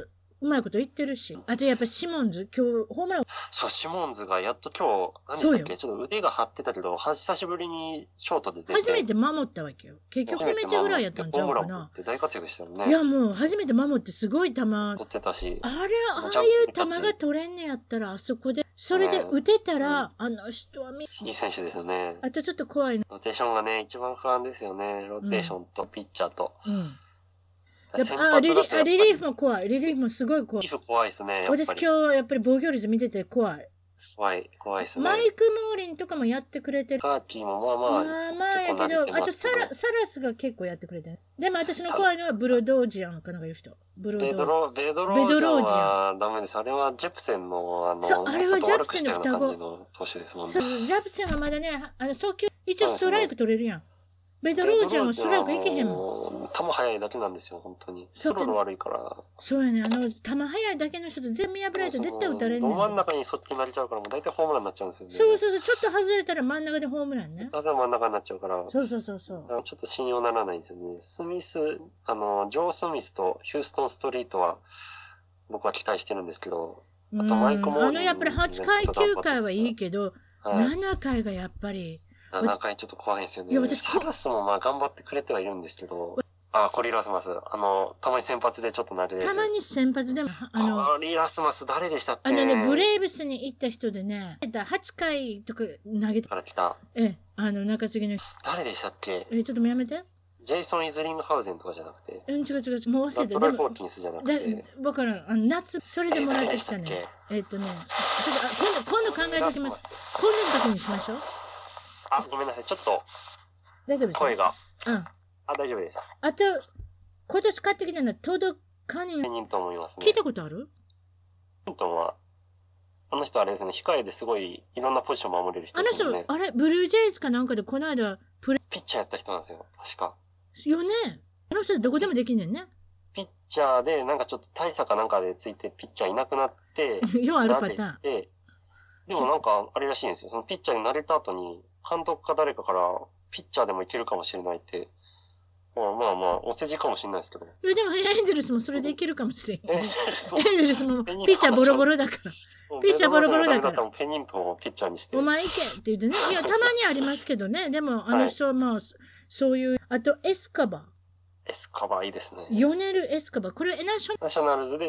うまいこと言ってるし。あとやっぱシモンズ、今日、ホームラン。 そう、シモンズがやっと今日、何でしたっけ、ちょっと腕が張ってたけど、久しぶりにショートで出て。 初めて守ったわけよ。結局せめてぐらいやったんちゃうかな。ホームランって大活躍したよね。 いやもう、初めて守ってすごい球。取ってたし。 あれ、ああいう球が取れんねやったら、あそこで、それで打てたら、うん、あの人はみ、 いい選手ですよね。 あとちょっと怖いの。 ローテーションがね、一番不安ですよね。ローテーションとピッチャーと。うん。 やっぱあリリあリリーフも怖い。リリーフもすごい怖い。 リリーフ怖いですね。 私今日やっぱり防御率見てて怖い。 怖い、怖いですね。 マイク・モーリンとかもやってくれてる。 カーキーもまあまあ。 まあまあやけど、あとサラサラスが結構やってくれてる。でも私の怖いのはブルドージアンかなんかいう人。 ブルドベドロベドロージャンはダメです。あれはジェプセンのあのそうあれはジャプセンの双子。ジャプセンはまだね、あの送球一応ストライク取れるやん。ベドロージャンはストライクいけへんもん。 球速いだけなんですよ、本当に。スローの悪いから。 そうやね、あの、球速いだけの人と全部破られて絶対打たれんねん。 ど真ん中にそっちになれちゃうから、もう大体ホームランになっちゃうんですよね。 そうそうそう、ちょっと外れたら真ん中でホームランね。 ただ真ん中になっちゃうから。 そうそうそうそう。 ちょっと信用ならないんですよね。スミス、あの、ジョー・スミスとヒューストン・ストリートは、僕は期待してるんですけど、あとマイク・モーリン、 あの、やっぱりはちかい、きゅうかいはいいけど、はい、ななかいがやっぱり、 ななかいちょっと怖いんですよね。いや私サラスもまあ頑張ってくれてはいるんですけど、あ、コリー・ラスマス。あの、たまに先発でちょっとなれる。 たまに先発でも、 あの、コリー・ラスマス誰でしたっけ？ あのね、ブレーブスに行った人でね、はちかいとか投げて。 から来た。 ええ、あの、中継ぎの。 誰でしたっけ？ え、ちょっともうやめて。 ジェイソン・イズリングハウゼンとかじゃなくて。 うん、違う違う、もう忘れて。 トライ・ホーキンスじゃなくて。 だから、あの、夏、それでもらってきたね。えっとね、ちょっと、今度、今度考えておきます。今度の時にしましょう。 あ、ごめんなさい。ちょっと、 大丈夫です。 声が。 うん。 あ、大丈夫です。 あと、今年買ってきたのはトド・カニン。 ペニントンもいますね。 聞いたことある？ ペニントンは、あの人あれですね、控えですごいいろんなポジション守れる人ですよね。 あの人、あれ、ブルージェイズかなんかでこの間、 プレピッチャーやった人なんですよ、確か。 よね。あの人どこでもできんねんね。 ピッチャーで、なんかちょっと大差かなんかでついて、ピッチャーいなくなって、 ようあるパターン。 で、でもなんか、あれらしいんですよ。そのピッチャーに慣れた後に、監督か誰かから、ピッチャーでもいけるかもしれないって、まあまあまあ、お世辞かもしれないですけど。 いやでもエンゼルスもそれでいけるかもしれん。エンゼルスも。エンゼルスもピッチャーボロボロだから。ピッチャーボロボロだから。 ペニントンをピッチャーにして。 お前行けって言ってね。いや、たまにありますけどね。でも、あの人はまあ、そういう、あとエスカバー。 エスカバーいいですね。 ヨネル・エスカバー。これ、ナショナショナルズです。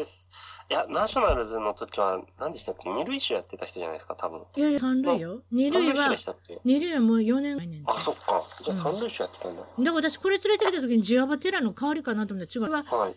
いや、ナショナルズの時は、何でしたっけ？二塁手やってた人じゃないですか、多分。 いやいや、三塁よ。二塁は、二塁はもうよねん前ねん。 あ、そっか。じゃあ三塁手やってたんだ。 だから私これ連れてきた時にジアバテラの代わりかなと思ったら違う。はい、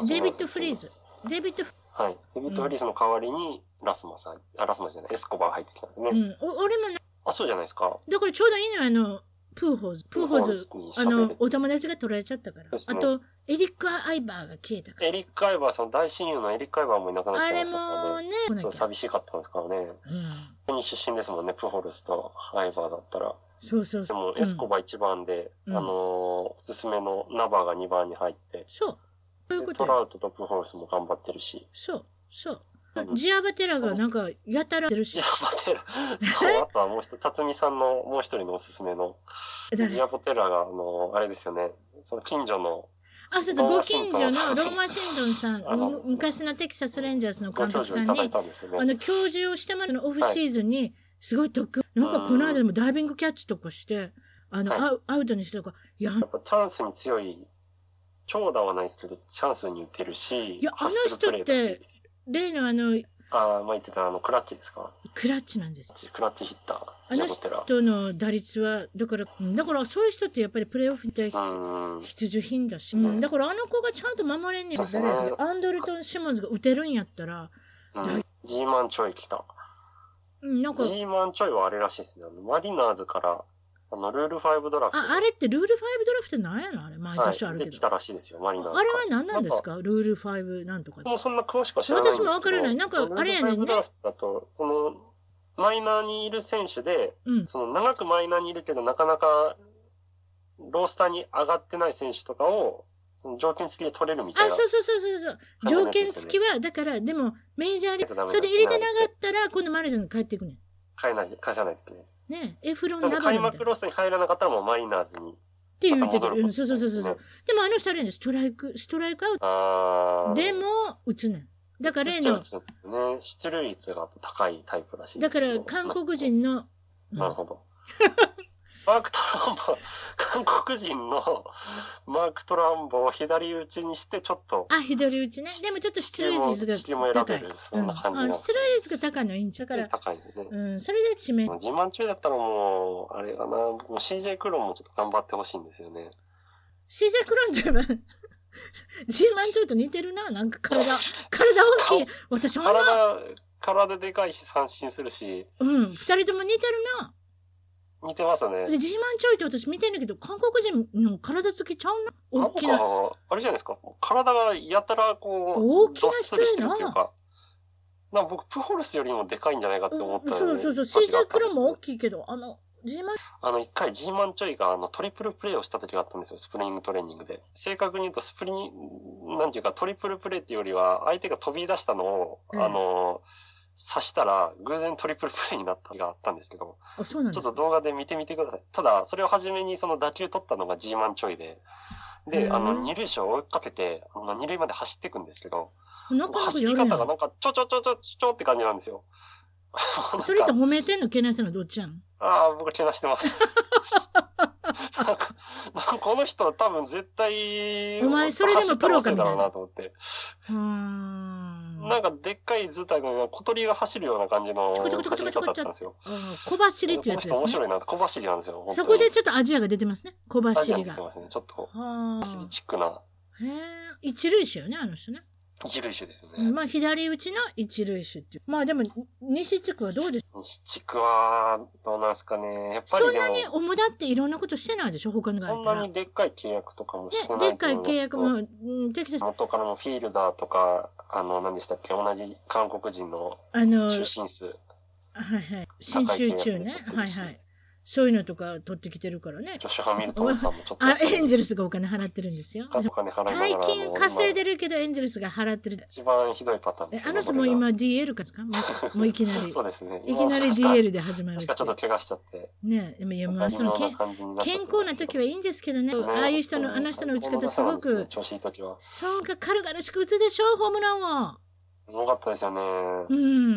デビッド・フリーズ。デビッド・はい。デビッド・フリーズの代わりに、ラスマス、あ、ラスマスじゃない、エスコバー入ってきたんですね。うん。 俺もね。 あ、そうじゃないですか。 だからちょうどいいのよ、あの、プーホーズ。プーホーズ、あの、お友達が取られちゃったから。あと、エリック・アイバーが消えたから。 エリック・アイバー、その大親友のエリック・アイバーもいなくなっちゃいましたからね。ちょっと寂しかったんですからね。うん。出身ですもんね、プホルスとアイバーだったら。 そうそうそう。 でも、エスコバいちばんで、あの、おすすめのナバーがにばんに入って。 そう。そういうこと。 トラウトとプホルスも頑張ってるし。 そう、そう。ジアバテラがなんかやたら出るし。 ジアバテラ。そう、あとはもう一人、辰巳さんのもう一人のおすすめの。ジアバテラが、あの、あれですよね。その近所の。 あ、そうそう、ご近所のローマ・シンドンさん、昔のテキサス・レンジャーズの監督さんに、あの、教授をしてまでのオフシーズンに、すごい特訓、なんかこの間でもダイビングキャッチとかして、あの、アウトにしてとか、 いや、やっぱチャンスに強い、長打はないですけど、チャンスに打てるし、 いや、あの人って、例のあの、 ああ、まあ、言ってたあの、クラッチですか？ クラッチなんです。 クラッチヒッター。 あの人の打率は、だから、だからそういう人ってやっぱりプレイオフに対して必需品だし、うん、だからあの子がちゃんと守れんねんから、ね、アンドルトン・シモンズが打てるんやったら、 うん、G マンちょい来た。 うん、なんか。 G マンちょいはあれらしいですね。マリナーズから、あの、ルールファイブドラフト。 あ、あれってルールファイブドラフトって何やのあれ毎年あるけど。 はい、できたらしいですよ、マリナーズ。 あれは何なんですかルールファイブなんとか。 もうそんな詳しくは知らないんですけど。 私もわからない。なんか、あれやねんね。ルールファイブドラフトだと、その、マイナーにいる選手で、うん、その、長くマイナーにいるけど、なかなか、ロースターに上がってない選手とかを、その条件付きで取れるみたいな。 あ、そうそうそうそうそう。条件付きは、だから、でも、メジャーリーグ、それで入れてなかったら、今度マリナーズに帰っていくねん。 変えない、返さないといけないです。 ねえ、エフロンナバ開幕ロストに入らなかったらもうマリナーズに。 って言うてる。そうそうそうそう。でもあの人あれね、ストライク、ストライクアウト。でも、打つねん。 だから例の、 ね、出塁率が高いタイプらしいですけど。だから韓国人の、 なるほど。マーク・トランボ、韓国人のマーク・トランボを左打ちにしてちょっと。 あ、左打ちね。でもちょっと出塁率が高い。 地球も選べる、そんな感じなんです、 ね。出塁率が高いのいいんだから。 高いですね。 うん、それで致命。 自慢中だったらもう、あれかな、僕も シージェー クロンもちょっと頑張ってほしいんですよね。 シージェー クロンといえば、ジーマンちょっと似てるな、なんか体、体大きい。私も体、体でかいし三振するし。 うん、二人とも似てるな。 似てますね。 で、ジーマンちょいって私見てんだけど、韓国人の体つきちゃうな。 大きな。あれじゃないですか。体がやたらこう、 大きな人してるっていうか。なんか僕、プホルスよりもでかいんじゃないかって思った、ね、 そうそうそう。シージェー クロンも大きいけど、あの、ジーマンあの、一回ジーマンちょいがあのトリプルプレイをした時があったんですよ。スプリングトレーニングで。正確に言うとスプリン、なんていうかトリプルプレイっていうよりは、相手が飛び出したのを、うん、あの、刺したら偶然トリプルプレイになった時があったんですけど、 あ、そうなんですか。 ちょっと動画で見てみてください。ただ、それを初めにその打球取ったのがジーマンちょいで、で、あの、二塁手を追いかけて、あの、二塁まで走っていくんですけど、走り方がなんか、ちょちょちょちょちょって感じなんですよ。 それと褒めてんのけなしたのどっちやん？ ああ、僕はけなしてます。なんか、なんかこの人は多分絶対、 お前それでもプロかみたいな。 だろうなと思って。うーん。なんかでっかい図体の小鳥が走るような感じの走り方だったんですよ。 小走りっていうやつですね。 この人面白いな。小走りなんですよ。 そこでちょっとアジアが出てますね。小走りが。 アジア出てますね。ちょっと、走りチックな。 へえ、一塁手よね、あの人ね。 一塁手ですよね。 まあ、左打ちの一塁手っていう。まあでも、西地区はどうですか？ 西地区は、どうなんですかね。やっぱりそんなに主だっていろんなことしてないでしょ他の外から。そんなにでっかい契約とかもしてないね、でっかい契約も、うん、テキサス。 元からのフィールダーとか、あの、何でしたっけ、同じ韓国人の出身数。 はいはい。新州中ね。はいはい。そういうのとか取ってきてるからね。 ジョシュ・ハミルトンさんもちょっと。 あ、エンジェルスがお金払ってるんですよ。 お金払いながら。 大金稼いでるけどエンジェルスが払ってる。 一番ひどいパターンですね。あの人も今 ディーエル かですか？もう、もういきなり。 そうですね。 いきなり ディーエル で始まる。 確かちょっと怪我しちゃって。 ねえ、でもまあその健康な時はいいんですけどね。ああいう人の、あの人の打ち方すごく。 調子いい時は。 そうか、軽々しく打つでしょ、ホームランを。 すごかったですよね。 うん。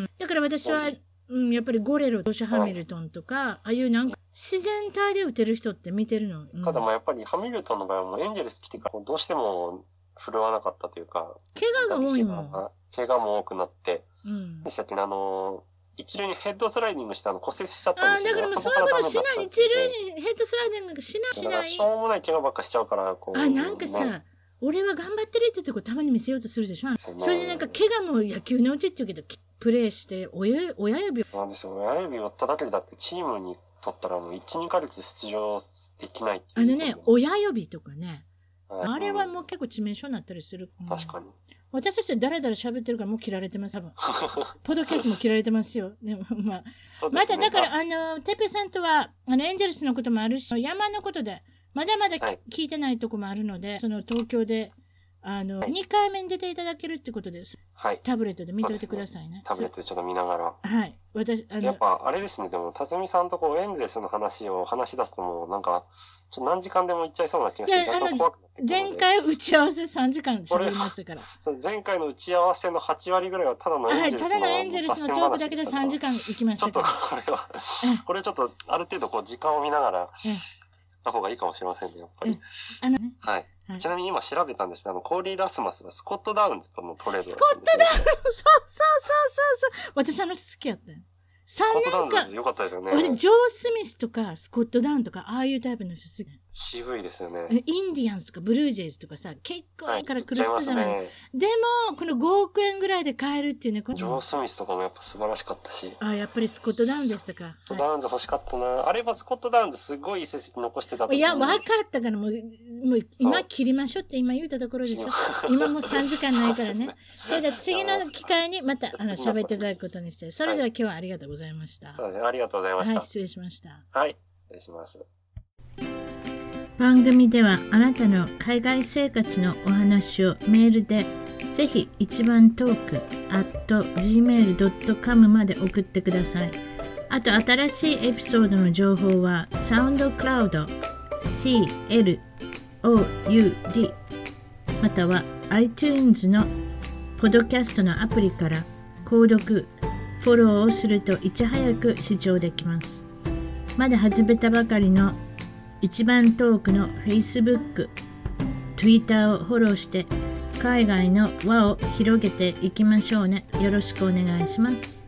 だから私は、うん、やっぱりゴレロ、ジョシュ・ハミルトンとか、ああいうなんか、自然体で打てる人って見てるの。うん、 ただまあやっぱりハミルトンの場合はもうエンジェルス来てからどうしても振るわなかったというか。 怪我が多いもん。 怪我も多くなって。うん。でしたっけね、あの、一塁にヘッドスライディングしてあの骨折しちゃったんですよね。 ああ、だからもうそういうことしない。一塁にヘッドスライディングしない。しない。 しょうもない怪我ばっかしちゃうから、こう。 あ、なんかさ、ね、俺は頑張ってるってとこたまに見せようとするでしょ。それでなんか怪我も野球のうちって言うけど、プレーして親、親指を。 なんですよ。親指を折っただけでだってチームに取ったらもういち、にかげつ出場できないっていう。 あのね、親指とかね、はい、あれはもう結構致命傷になったりする。 うん、確かに。 私たちだらだら喋ってるからもう切られてます、多分。ポドキャストも切られてますよ。でもまあ。ね、まただから、あの、テペさんとは、あの、エンジェルスのこともあるし、山のことで、まだまだ、はい、聞いてないとこもあるので、その東京で、あの、はい、にかいめに出ていただけるってことです。はい。タブレットで見といてくださいね。 タブレットでちょっと見ながら。 はい。私、 あの、やっぱ、あれですね、でも、辰巳さんとこう、エンゼルスの話を話し出すともう、なんか、ちょっと何時間でも行っちゃいそうな気がして、若干怖くなってきて。 前回打ち合わせさんじかん喋りましたから。 そう前回の打ち合わせのはちわりぐらいはただのエンゼルスの、はい、ただのエンゼルスのトークだけでさんじかん行きましたから。ちょっと、これは、これちょっと、ある程度こう、時間を見ながら、やった方がいいかもしれませんね、やっぱり。あのね。はい。はい、ちなみに今調べたんですけど、コーリー・ラスマスはスコット・ダウンズとのトレードだったんです、ね。 スコット・ダウンズ、そうそうそうそうそう。私あの人好きやったよ。 スコット・ダウンズ良かったですよね。 俺、ジョー・スミスとか、スコット・ダウンとか、ああいうタイプの人好き。 渋いですよね。 インディアンスとかブルージェイズとかさ、結構いいから来る人じゃない。はいね、でも、このごおくえんぐらいで買えるっていうね。 ジョー・スミスとかもやっぱ素晴らしかったし。 あ、やっぱりスコット・ダウンでしたか。 スコット・ダウンズ欲しかったな。はい、あれはスコット・ダウンズすごい成績残してたと。 いや、分かったからもう、もう今切りましょうって今言ったところでしょ。今もうさんじかんないからね。それじゃ次の機会にまたあの喋っていただくことにして。それでは今日はありがとうございました。 そうですね、ありがとうございました。 はい、失礼しました。 はい、失礼します。 番組ではあなたの海外生活のお話をメールでぜひ一番トーク アットジーメールドットコム まで送ってください。あと新しいエピソードの情報はサウンドクラウド シーエルオーユーディー または iTunes のポッドキャストのアプリから購読、フォローをするといち早く視聴できます。まだ始めたばかりの一番トークの Facebook、Twitter をフォローして海外の輪を広げていきましょうね。よろしくお願いします。